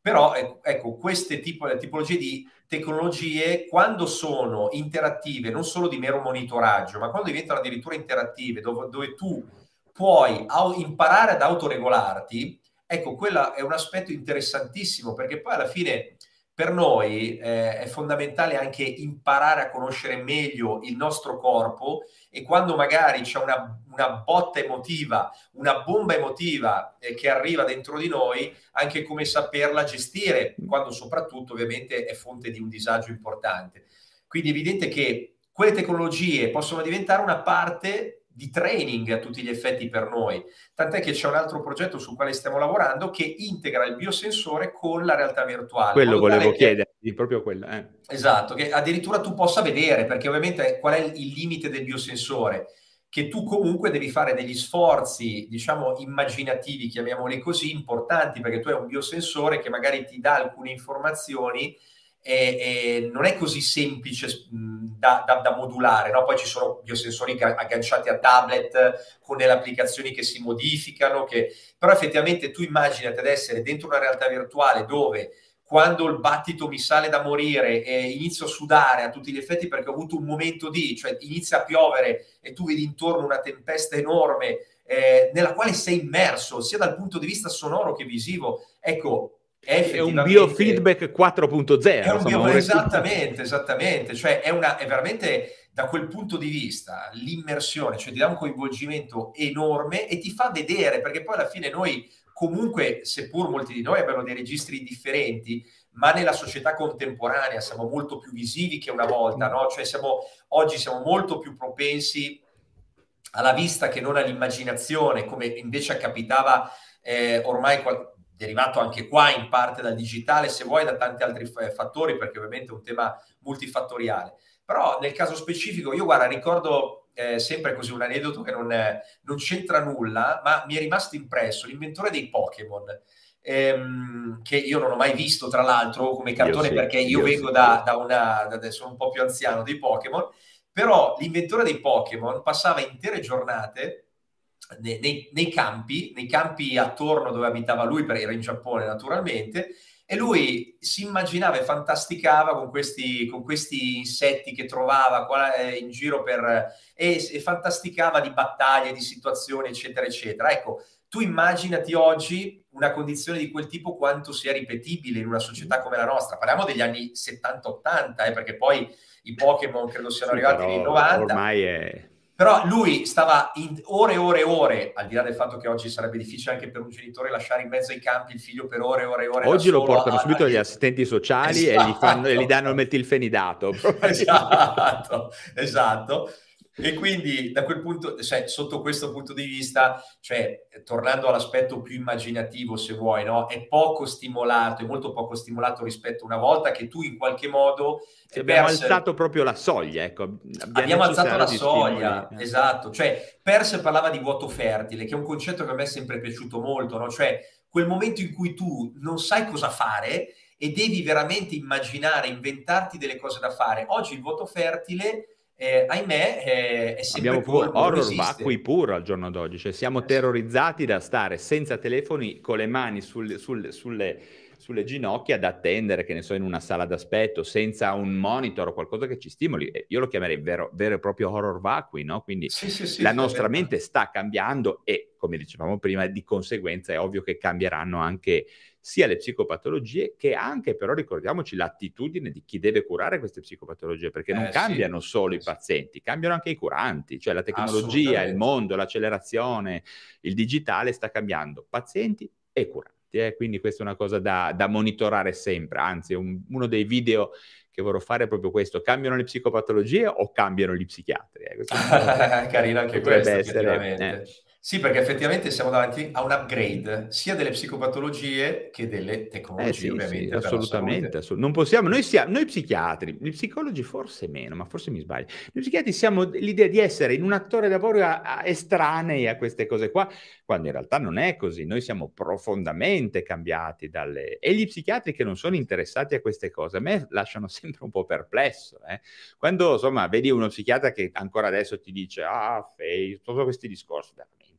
D: Però ecco, queste tipo, tipologie di tecnologie, quando sono interattive, non solo di mero monitoraggio, ma quando diventano addirittura interattive, dove, dove tu puoi imparare ad autoregolarti, ecco, quello è un aspetto interessantissimo, perché poi alla fine per noi eh, è fondamentale anche imparare a conoscere meglio il nostro corpo, e quando magari c'è una, una botta emotiva, una bomba emotiva eh, che arriva dentro di noi, anche come saperla gestire, quando soprattutto ovviamente è fonte di un disagio importante. Quindi è evidente che quelle tecnologie possono diventare una parte di training a tutti gli effetti per noi, tant'è che c'è un altro progetto sul quale stiamo lavorando che integra il biosensore con la realtà virtuale.
C: Quello volevo che... chiederti, proprio quello. Eh.
D: Esatto, che addirittura tu possa vedere, perché ovviamente qual è il limite del biosensore? Che tu comunque devi fare degli sforzi, diciamo, immaginativi, chiamiamoli così, importanti, perché tu hai un biosensore che magari ti dà alcune informazioni e, e non è così semplice mh, da, da, da modulare, no? Poi ci sono biosensori agganciati a tablet con delle applicazioni che si modificano, che... però effettivamente tu immaginati ad essere dentro una realtà virtuale dove quando il battito mi sale da morire e inizio a sudare a tutti gli effetti perché ho avuto un momento di, cioè inizia a piovere e tu vedi intorno una tempesta enorme eh, nella quale sei immerso sia dal punto di vista sonoro che visivo, ecco, è,
C: è un biofeedback quattro punto zero.
D: È un bio, esattamente, esattamente, cioè è, una, è veramente da quel punto di vista l'immersione, cioè ti dà un coinvolgimento enorme e ti fa vedere, perché poi alla fine noi comunque, seppur molti di noi abbiano dei registri differenti, ma nella società contemporanea siamo molto più visivi che una volta, no? Cioè siamo, oggi siamo molto più propensi alla vista che non all'immaginazione, come invece capitava eh, ormai qual- derivato anche qua in parte dal digitale, se vuoi da tanti altri f- fattori, perché ovviamente è un tema multifattoriale. Però nel caso specifico, io guarda, ricordo eh, sempre così un aneddoto che non, è, non c'entra nulla, ma mi è rimasto impresso, l'inventore dei Pokémon, ehm, che io non ho mai visto tra l'altro come cartone, io sì, perché io, io vengo sì, da, da una, da, sono un po' più anziano dei Pokémon, però l'inventore dei Pokémon passava intere giornate nei, nei, nei campi, nei campi attorno dove abitava lui, perché era in Giappone naturalmente, e lui si immaginava e fantasticava con questi, con questi insetti che trovava qua in giro per, e, e fantasticava di battaglie, di situazioni, eccetera, eccetera. Ecco, tu immaginati oggi una condizione di quel tipo quanto sia ripetibile in una società come la nostra. Parliamo degli anni settanta ottanta, eh, perché poi i Pokémon credo siano sì, arrivati nei novanta.
C: Ormai è...
D: Però lui stava in ore e ore e ore, al di là del fatto che oggi sarebbe difficile anche per un genitore lasciare in mezzo ai campi il figlio per ore e ore e ore.
C: Oggi lo portano a, subito a... agli assistenti sociali esatto. e, gli fanno, e gli danno il metilfenidato.
D: Esatto, esatto. E quindi da quel punto, cioè, sotto questo punto di vista, cioè, tornando all'aspetto più immaginativo, se vuoi, no? È poco stimolato, è molto poco stimolato rispetto a una volta che tu in qualche modo...
C: Sì, abbiamo perse... alzato proprio la soglia, ecco. Abbiamo,
D: abbiamo alzato la soglia, stimoli. Esatto. Cioè, Peirce parlava di vuoto fertile, che è un concetto che a me è sempre piaciuto molto, no? Cioè, quel momento in cui tu non sai cosa fare e devi veramente immaginare, inventarti delle cose da fare. Oggi il vuoto fertile... Eh, ahimè eh, è sempre
C: abbiamo pure horror vacui puro al giorno d'oggi, cioè siamo eh, terrorizzati da stare senza telefoni con le mani sulle, sulle, sulle, sulle ginocchia ad attendere, che ne so, in una sala d'aspetto senza un monitor o qualcosa che ci stimoli. Io lo chiamerei vero, vero e proprio horror vacui, no? Quindi sì, sì, sì, la nostra mente sta cambiando e, come dicevamo prima, di conseguenza è ovvio che cambieranno anche sia le psicopatologie che anche, però ricordiamoci, l'attitudine di chi deve curare queste psicopatologie, perché non eh, cambiano sì. solo i pazienti, cambiano anche i curanti, cioè la tecnologia, il mondo, l'accelerazione, il digitale sta cambiando pazienti e curanti, eh? Quindi questa è una cosa da, da monitorare sempre, anzi un, uno dei video che vorrò fare è proprio questo: cambiano le psicopatologie o cambiano gli psichiatri? Eh?
D: Carino anche questo, essere, eh. Sì, perché effettivamente siamo davanti a un upgrade sia delle psicopatologie che delle tecnologie,
C: eh sì,
D: ovviamente.
C: Sì, assolutamente. Assolut- non possiamo, noi, siamo, noi psichiatri, gli psicologi forse meno, ma forse mi sbaglio. Noi psichiatri siamo l'idea di essere in un attore lavoro a, a estranei a queste cose qua, quando in realtà non è così. Noi siamo profondamente cambiati dalle... E gli psichiatri che non sono interessati a queste cose, a me lasciano sempre un po' perplesso. Eh? Quando, insomma, vedi uno psichiatra che ancora adesso ti dice, ah, fai, tutti questi discorsi, veramente.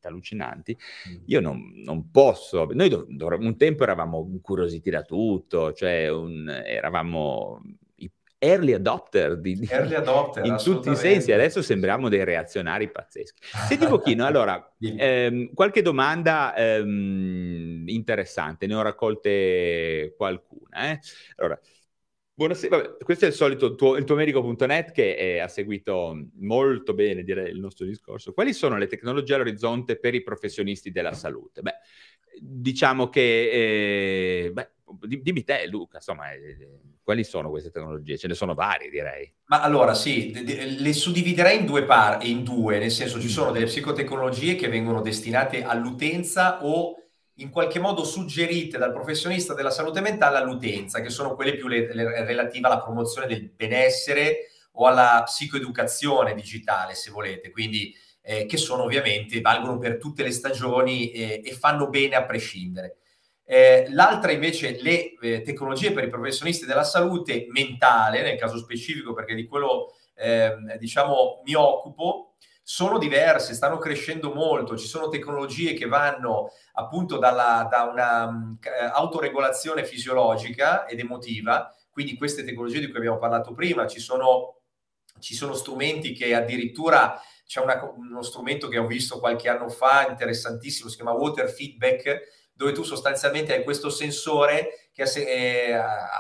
C: veramente allucinanti. Io non, non posso, noi dov- dov- un tempo eravamo incuriositi da tutto, cioè un, eravamo i early adopter di, di,
D: Early adopter,
C: in tutti i sensi, adesso sembriamo dei reazionari pazzeschi. Senti Pochino, allora, ehm, qualche domanda ehm, interessante, ne ho raccolte qualcuna. Eh? Allora, buonasera, vabbè, questo è il solito tuo, il tuo medico punto net che eh, ha seguito molto bene, direi, il nostro discorso. Quali sono le tecnologie all'orizzonte per i professionisti della salute? Beh, diciamo che, eh, beh, dimmi te Luca, insomma, eh, quali sono queste tecnologie? Ce ne sono varie, direi.
D: Ma allora sì, de- de- le suddividerei in due parti, in due, nel senso ci sono delle psicotecnologie che vengono destinate all'utenza o in qualche modo suggerite dal professionista della salute mentale all'utenza, che sono quelle più le, le, relative alla promozione del benessere o alla psicoeducazione digitale, se volete, quindi eh, che sono ovviamente, valgono per tutte le stagioni eh, e fanno bene a prescindere. Eh, l'altra invece, le eh, tecnologie per i professionisti della salute mentale, nel caso specifico perché di quello eh, diciamo mi occupo, sono diverse, stanno crescendo molto, ci sono tecnologie che vanno appunto dalla, da una um, autoregolazione fisiologica ed emotiva, quindi queste tecnologie di cui abbiamo parlato prima, ci sono, ci sono strumenti che addirittura, c'è una, uno strumento che ho visto qualche anno fa, interessantissimo, si chiama Water Feedback, dove tu sostanzialmente hai questo sensore che è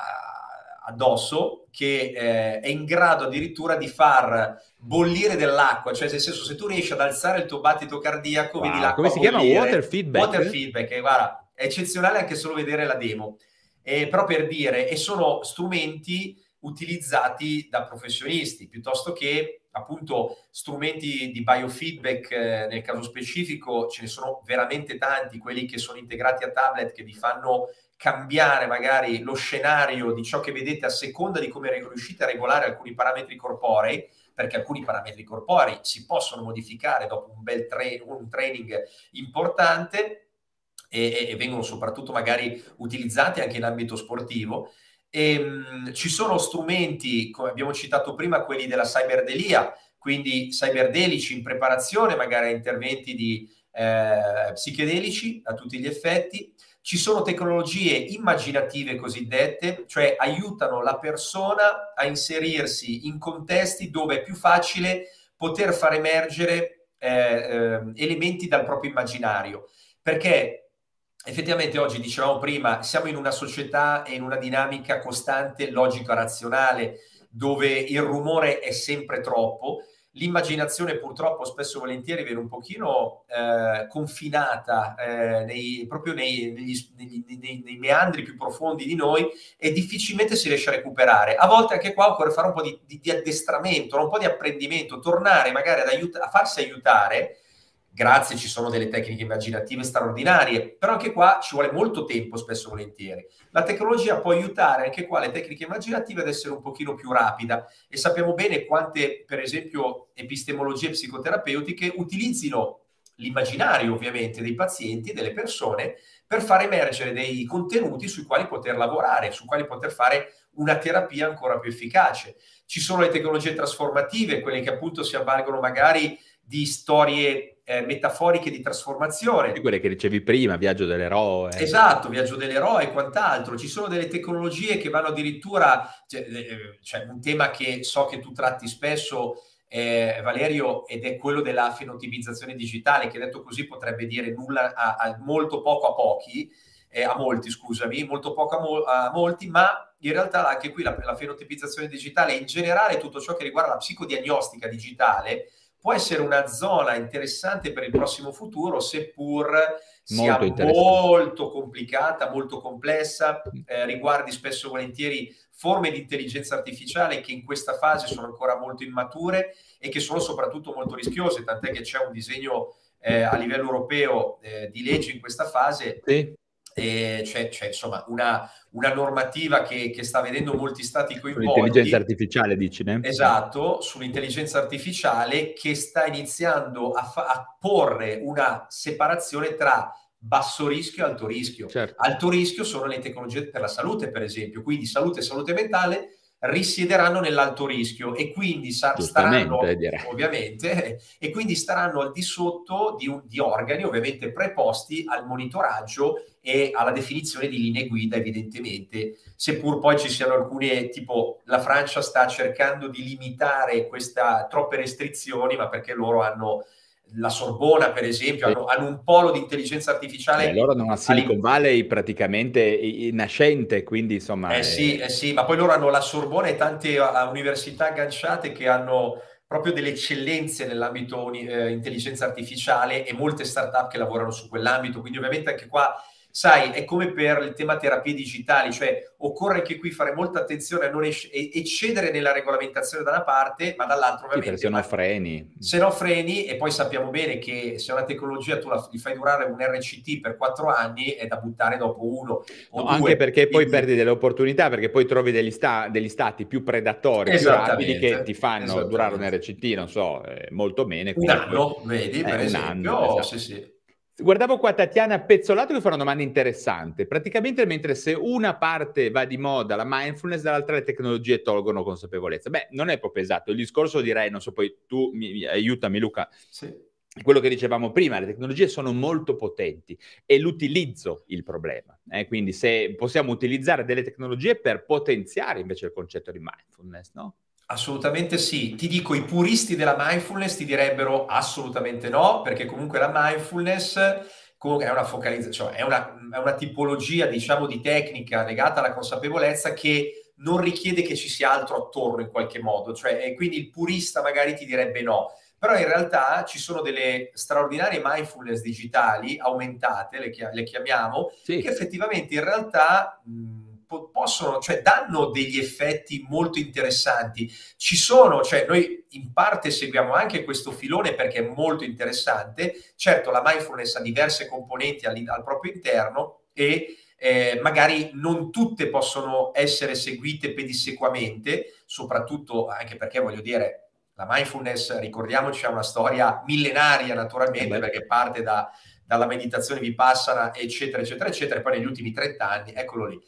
D: addosso, che eh, è in grado addirittura di far bollire dell'acqua, cioè nel senso se tu riesci ad alzare il tuo battito cardiaco, wow, vedi l'acqua
C: come si
D: bollire.
C: chiama? Water Feedback?
D: Water Feedback, eh, guarda, è eccezionale anche solo vedere la demo. Eh, però per dire, e sono strumenti utilizzati da professionisti, piuttosto che appunto strumenti di biofeedback, eh, nel caso specifico ce ne sono veramente tanti, quelli che sono integrati a tablet che vi fanno cambiare magari lo scenario di ciò che vedete a seconda di come riuscite a regolare alcuni parametri corporei, perché alcuni parametri corporei si possono modificare dopo un bel tra- un training importante e, e vengono soprattutto magari utilizzati anche in ambito sportivo. E, mh, ci sono strumenti, come abbiamo citato prima, quelli della cyberdelia, quindi cyberdelici in preparazione magari a interventi di eh, psichedelici a tutti gli effetti. Ci sono tecnologie immaginative cosiddette, cioè aiutano la persona a inserirsi in contesti dove è più facile poter far emergere eh, eh, elementi dal proprio immaginario, perché effettivamente oggi, dicevamo prima, siamo in una società e in una dinamica costante logico-razionale dove il rumore è sempre troppo. L'immaginazione purtroppo spesso e volentieri viene un pochino eh, confinata eh, nei, proprio nei, negli, negli, nei, nei meandri più profondi di noi e difficilmente si riesce a recuperare. A volte anche qua occorre fare un po' di, di, di addestramento, un po' di apprendimento, tornare magari ad aiut- a farsi aiutare. Grazie, ci sono delle tecniche immaginative straordinarie, però anche qua ci vuole molto tempo, spesso e volentieri. La tecnologia può aiutare anche qua le tecniche immaginative ad essere un pochino più rapida e sappiamo bene quante, per esempio, epistemologie psicoterapeutiche utilizzino l'immaginario, ovviamente, dei pazienti e delle persone per far emergere dei contenuti sui quali poter lavorare, su quali poter fare una terapia ancora più efficace. Ci sono le tecnologie trasformative, quelle che appunto si avvalgono magari di storie eh, metaforiche di trasformazione.
C: E quelle che ricevi prima, Viaggio dell'eroe.
D: Esatto, Viaggio dell'eroe e quant'altro. Ci sono delle tecnologie che vanno addirittura, cioè, eh, cioè un tema che so che tu tratti spesso, eh, Valerio, ed è quello della fenotipizzazione digitale, che detto così potrebbe dire nulla a, a molto poco a pochi, eh, a molti, scusami, molto poco a, mo- a molti, ma in realtà anche qui la, la fenotipizzazione digitale e in generale tutto ciò che riguarda la psicodiagnostica digitale può essere una zona interessante per il prossimo futuro, seppur sia molto, molto complicata, molto complessa, eh, riguardi spesso e volentieri forme di intelligenza artificiale che in questa fase sono ancora molto immature e che sono soprattutto molto rischiose, tant'è che c'è un disegno eh, a livello europeo eh, di legge in questa fase. Sì. E c'è, c'è insomma una, una normativa che, che sta vedendo molti stati coinvolti.
C: Sull'intelligenza artificiale, dici, né?
D: Esatto, sull'intelligenza artificiale che sta iniziando a, fa- a porre una separazione tra basso rischio e alto rischio.
C: Certo.
D: Alto rischio sono le tecnologie per la salute, per esempio, quindi salute e salute mentale, risiederanno nell'alto rischio e quindi sa- staranno,
C: direi.
D: ovviamente, e quindi staranno al di sotto di, un, di organi ovviamente preposti al monitoraggio e alla definizione di linee guida, evidentemente, seppur poi ci siano alcune, tipo la Francia sta cercando di limitare questa troppe restrizioni, ma perché loro hanno la Sorbona, per esempio,
C: Sì.
D: hanno, hanno un polo di intelligenza artificiale.
C: Beh, loro hanno una Silicon Valley praticamente i- i- nascente, quindi insomma...
D: Eh sì, eh sì, ma poi loro hanno la Sorbona e tante uh, università agganciate che hanno proprio delle eccellenze nell'ambito uni- eh, intelligenza artificiale e molte start-up che lavorano su quell'ambito, quindi ovviamente anche qua, sai, è come per il tema terapie digitali, cioè occorre anche qui fare molta attenzione a non ec- eccedere nella regolamentazione da una parte, ma dall'altra
C: Sì,
D: ovviamente...
C: perché se no
D: ma-
C: freni.
D: Se no freni, e poi sappiamo bene che se una tecnologia tu la, gli fai durare un R C T per quattro anni è da buttare dopo uno o
C: No,
D: due.
C: anche perché poi
D: Quindi-
C: perdi delle opportunità, perché poi trovi degli, sta- degli stati più predatori, più rapidi, che ti fanno durare un R C T, non so, eh, molto bene.
D: Un
C: quindi
D: anno,
C: poi-
D: vedi,
C: eh,
D: per
C: un
D: esempio,
C: anno, esatto.
D: sì, sì.
C: Guardavo qua Tatiana Pezzolato che fa una domanda interessante. Praticamente mentre se una parte va di moda la mindfulness, dall'altra le tecnologie tolgono consapevolezza. Beh, non è proprio esatto. Il discorso direi, non so, poi tu mi, mi- aiutami Luca,
D: Sì.
C: quello che dicevamo prima, le tecnologie sono molto potenti e l'utilizzo il problema. Eh? Quindi se possiamo utilizzare delle tecnologie per potenziare invece il concetto di mindfulness, no?
D: Assolutamente sì. Ti dico, i puristi della mindfulness ti direbbero assolutamente no, perché comunque la mindfulness comunque è una focalizzazione, cioè è una, è una tipologia, diciamo, di tecnica legata alla consapevolezza che non richiede che ci sia altro attorno in qualche modo, cioè, e quindi il purista magari ti direbbe no. Però in realtà ci sono delle straordinarie mindfulness digitali, aumentate, le, chia- le chiamiamo,
C: Sì.
D: che effettivamente in realtà mh, po- possono, cioè danno degli effetti molto interessanti. Ci sono, cioè noi in parte seguiamo anche questo filone perché è molto interessante. Certo, la mindfulness ha diverse componenti al, al proprio interno e eh, magari non tutte possono essere seguite pedissequamente, soprattutto anche perché voglio dire, la mindfulness, ricordiamoci, ha una storia millenaria naturalmente,
C: Beh.
D: perché parte da, dalla meditazione vipassana, eccetera, eccetera, eccetera, e poi negli ultimi trenta anni, eccolo lì,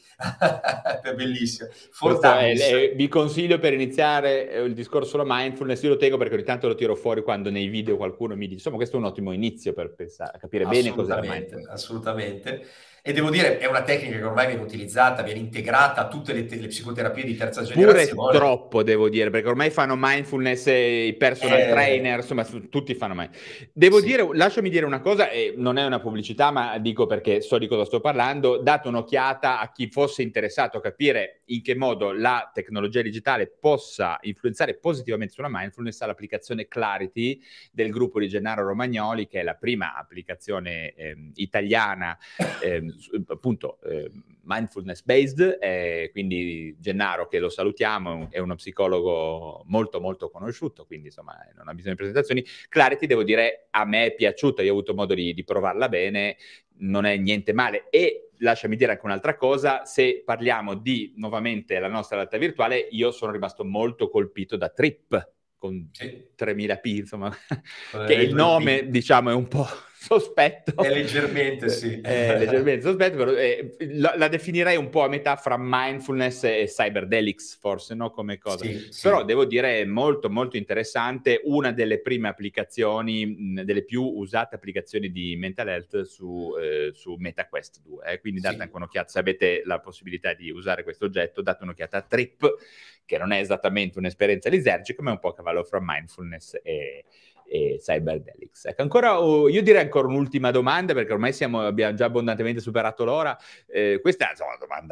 D: è bellissimo.
C: Questo è,
D: Fortalis.
C: è, vi consiglio per iniziare eh, il discorso sulla mindfulness, io lo tengo perché ogni tanto lo tiro fuori quando nei video qualcuno mi dice, insomma questo è un ottimo inizio per pensare, capire bene cos'è la mindfulness.
D: Assolutamente. E devo dire, è una tecnica che ormai viene utilizzata, viene integrata a tutte le, te- le psicoterapie di terza
C: Pure
D: generazione.
C: troppo, devo dire, perché ormai fanno mindfulness e i personal
D: Eh,
C: trainer, insomma, su- tutti fanno mindfulness. Devo
D: sì.
C: dire, lasciami dire una cosa, e non è una pubblicità, ma dico perché so di cosa sto parlando, date un'occhiata a chi fosse interessato a capire in che modo la tecnologia digitale possa influenzare positivamente sulla mindfulness, all'applicazione Clarity del gruppo di Gennaro Romagnoli, che è la prima applicazione ehm, italiana, ehm, su- appunto, ehm, mindfulness based, eh, quindi Gennaro, che lo salutiamo, è, un, è uno psicologo molto molto conosciuto, quindi insomma non ha bisogno di presentazioni. Clarity, devo dire, a me è piaciuta, io ho avuto modo di, di provarla bene, non è niente male. E lasciami dire anche un'altra cosa, se parliamo di nuovamente la nostra realtà virtuale, io sono rimasto molto colpito da Trip, con
D: Sì.
C: tremila p, insomma,
D: Con
C: che
D: le
C: il
D: due
C: nome,
D: P.
C: diciamo, è un po' sospetto.
D: È leggermente, sì.
C: È leggermente sospetto, però eh, la, la definirei un po' a metà fra mindfulness e cyberdelix, forse, no? Come cosa.
D: Sì, sì.
C: Però devo dire è molto, molto interessante, una delle prime applicazioni, mh, delle più usate applicazioni di mental health su, eh, su MetaQuest due. Eh? Quindi date
D: Sì.
C: anche un'occhiata, se avete la possibilità di usare questo oggetto, date un'occhiata a Trip, che non è esattamente un'esperienza lisergica, ma è un po' a cavallo fra mindfulness e, e cyberdelix. Ecco, ancora, oh, io direi ancora un'ultima domanda, perché ormai siamo, abbiamo già abbondantemente superato l'ora. Eh, questa è insomma, una domanda...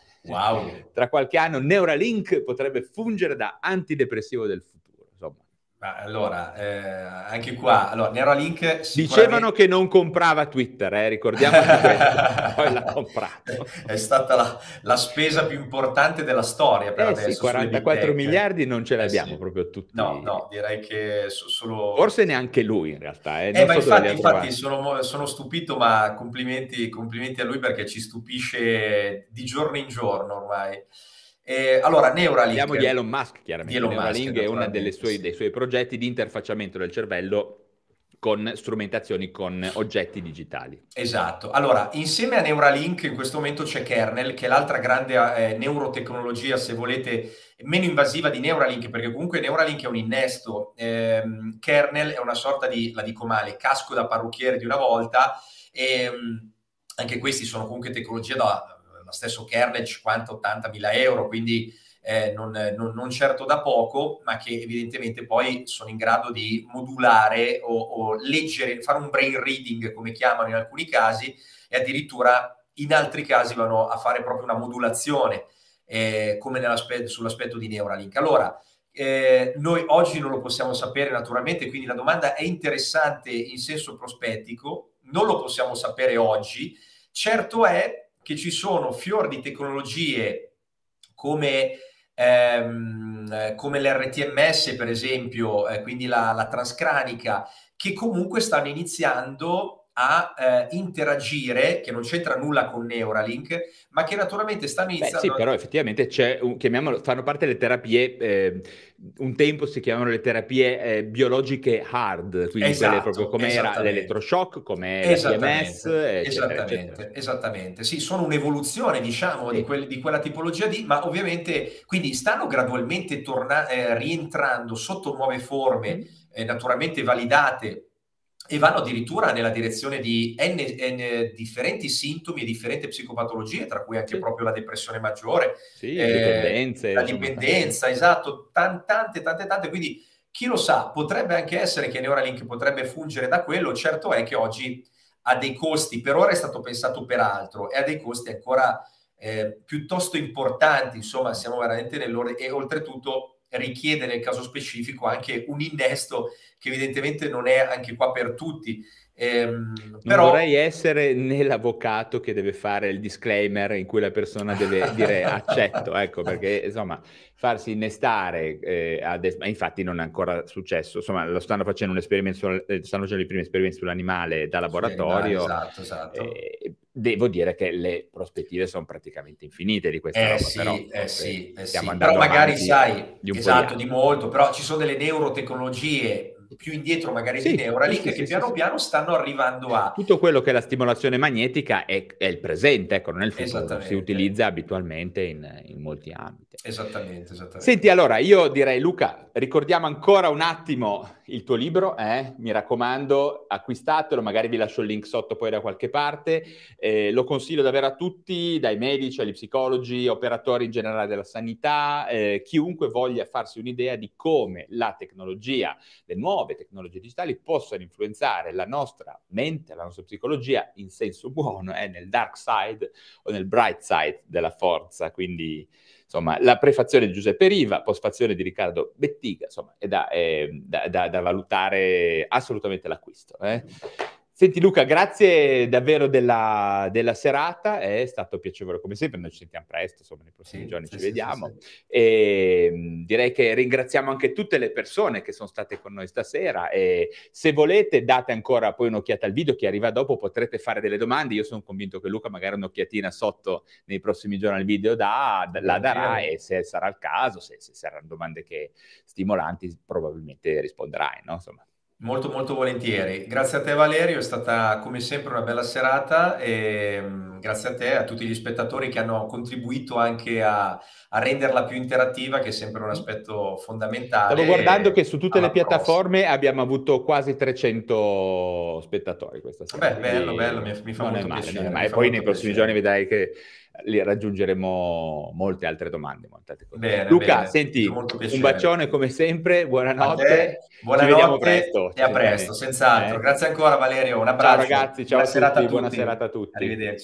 D: Wow.
C: Tra qualche anno Neuralink potrebbe fungere da antidepressivo del futuro, insomma.
D: Ma allora, eh, anche qua, allora, Neuralink sicuramente...
C: Dicevano che non comprava Twitter, eh, ricordiamoci questo, poi l'ha comprato.
D: È stata la, la spesa più importante della storia per
C: Eh
D: adesso.
C: sì, quarantaquattro miliardi non ce l'abbiamo eh sì. proprio tutti.
D: No, no, direi che so, solo...
C: Forse neanche lui in realtà. Eh,
D: eh,
C: non
D: ma
C: so
D: infatti, infatti sono, sono stupito, ma complimenti, complimenti a lui perché ci stupisce di giorno in giorno ormai. Eh, allora, Neuralink.
C: Parliamo di Elon Musk, chiaramente.
D: Di Elon
C: Neuralink
D: Musk,
C: è uno dei suoi,
D: sì.
C: dei suoi progetti di interfacciamento del cervello con strumentazioni, con oggetti digitali.
D: Esatto. Allora, insieme a Neuralink in questo momento c'è Kernel, che è l'altra grande eh, neurotecnologia, se volete, meno invasiva di Neuralink, perché comunque Neuralink è un innesto, ehm, Kernel è una sorta di, la dico male, casco da parrucchiere di una volta, e mh, anche questi sono comunque tecnologie da, lo stesso Kernel, cinquanta ottanta mila euro, quindi Eh, non, non, non certo da poco, ma che evidentemente poi sono in grado di modulare o, o leggere, fare un brain reading, come chiamano in alcuni casi, e addirittura in altri casi vanno a fare proprio una modulazione, eh, come sull'aspetto di Neuralink. Allora, eh, noi oggi non lo possiamo sapere naturalmente, quindi la domanda è interessante in senso prospettico, non lo possiamo sapere oggi. Certo è che ci sono fior di tecnologie come Ehm, come l'R T M S per esempio, eh, quindi la, la transcranica, che comunque stanno iniziando a eh, interagire, che non c'entra nulla con Neuralink, ma che naturalmente stanno iniziando...
C: Beh, sì, però effettivamente c'è un, chiamiamolo, fanno parte delle terapie, eh, un tempo si chiamavano le terapie eh, biologiche hard, quindi
D: esatto,
C: quelle proprio come era l'elettroshock, come la T M S, eccetera,
D: esattamente,
C: eccetera.
D: Esattamente, sì, sono un'evoluzione, diciamo,
C: sì.
D: di, quel, di quella tipologia di, ma ovviamente, quindi stanno gradualmente torna, eh, rientrando sotto nuove forme, mm. eh, naturalmente validate, e vanno addirittura nella direzione di n, n differenti sintomi e differenti psicopatologie, tra cui anche sì. proprio la depressione maggiore,
C: sì, eh, dipendenze,
D: la dipendenza, esatto, tante, tante, tante, quindi chi lo sa, potrebbe anche essere che Neuralink potrebbe fungere da quello, certo è che oggi ha dei costi, per ora è stato pensato per altro, e ha dei costi ancora eh, piuttosto importanti, insomma siamo veramente nell'ordine, e oltretutto richiede nel caso specifico anche un innesto che evidentemente non è anche qua per tutti. Ehm,
C: non
D: però...
C: vorrei essere né l'avvocato che deve fare il disclaimer in cui la persona deve dire accetto, ecco, perché insomma farsi innestare eh, adesso, ma infatti non è ancora successo, insomma lo stanno facendo un esperimento, sul, eh, stanno facendo i primi esperimenti sull'animale da laboratorio,
D: esatto, esatto.
C: Eh, devo dire che le prospettive sono praticamente infinite di questa
D: eh
C: roba,
D: sì,
C: però
D: eh sì, eh
C: stiamo
D: sì.
C: andando
D: però magari
C: avanti
D: sai,
C: di un
D: esatto,
C: po'
D: di, di molto, però ci sono delle neurotecnologie più indietro magari
C: sì,
D: di Neuralink
C: sì,
D: che
C: sì,
D: piano
C: sì,
D: piano stanno arrivando a...
C: Tutto quello che è la stimolazione magnetica è, è il presente, ecco, non è il futuro, si utilizza abitualmente in, in molti ambiti.
D: Esattamente, esattamente.
C: Senti, allora, io direi, Luca, ricordiamo ancora un attimo il tuo libro, eh? Mi raccomando, acquistatelo, magari vi lascio il link sotto poi da qualche parte, eh, lo consiglio davvero a tutti, dai medici agli psicologi, operatori in generale della sanità, eh, chiunque voglia farsi un'idea di come la tecnologia, le nuove tecnologie digitali possano influenzare la nostra mente, la nostra psicologia in senso buono, eh, nel dark side o nel bright side della forza, quindi insomma la prefazione di Giuseppe Riva, postfazione di Riccardo Bettiga, insomma è da, è da, da, da valutare assolutamente l'acquisto. Eh. Senti Luca, grazie davvero della, della serata, è stato piacevole come sempre, noi ci sentiamo presto, insomma nei prossimi sì, giorni sì, ci sì, vediamo, sì, sì. E direi che ringraziamo anche tutte le persone che sono state con noi stasera, e se volete date ancora poi un'occhiata al video che arriva dopo, potrete fare delle domande, io sono convinto che Luca magari un'occhiatina sotto nei prossimi giorni al video da, la darà, e se sarà il caso, se, se saranno domande che stimolanti probabilmente risponderai, no? Insomma.
D: Molto molto volentieri, grazie a te Valerio, è stata come sempre una bella serata, e um, grazie a te e a tutti gli spettatori che hanno contribuito anche a, a renderla più interattiva, che è sempre un aspetto fondamentale.
C: Stavo guardando che su tutte le piattaforme prossima. abbiamo avuto quasi trecento spettatori questa sera.
D: Beh, bello, bello, mi, mi fa
C: non
D: molto
C: è male,
D: piacere.
C: Non è male. E poi nei prossimi
D: piacere.
C: giorni vedrai che li raggiungeremo molte altre domande. Molte altre cose.
D: Bene,
C: Luca,
D: bene,
C: senti, un bacione come sempre, buonanotte.
D: Te, buonanotte
C: ci vediamo presto.
D: E a presto, senz'altro. Eh? Grazie ancora Valerio, un abbraccio.
C: Ciao ragazzi, ciao
D: buona
C: a tutti,
D: serata a tutti.
C: Buona serata a tutti.
D: Arrivederci.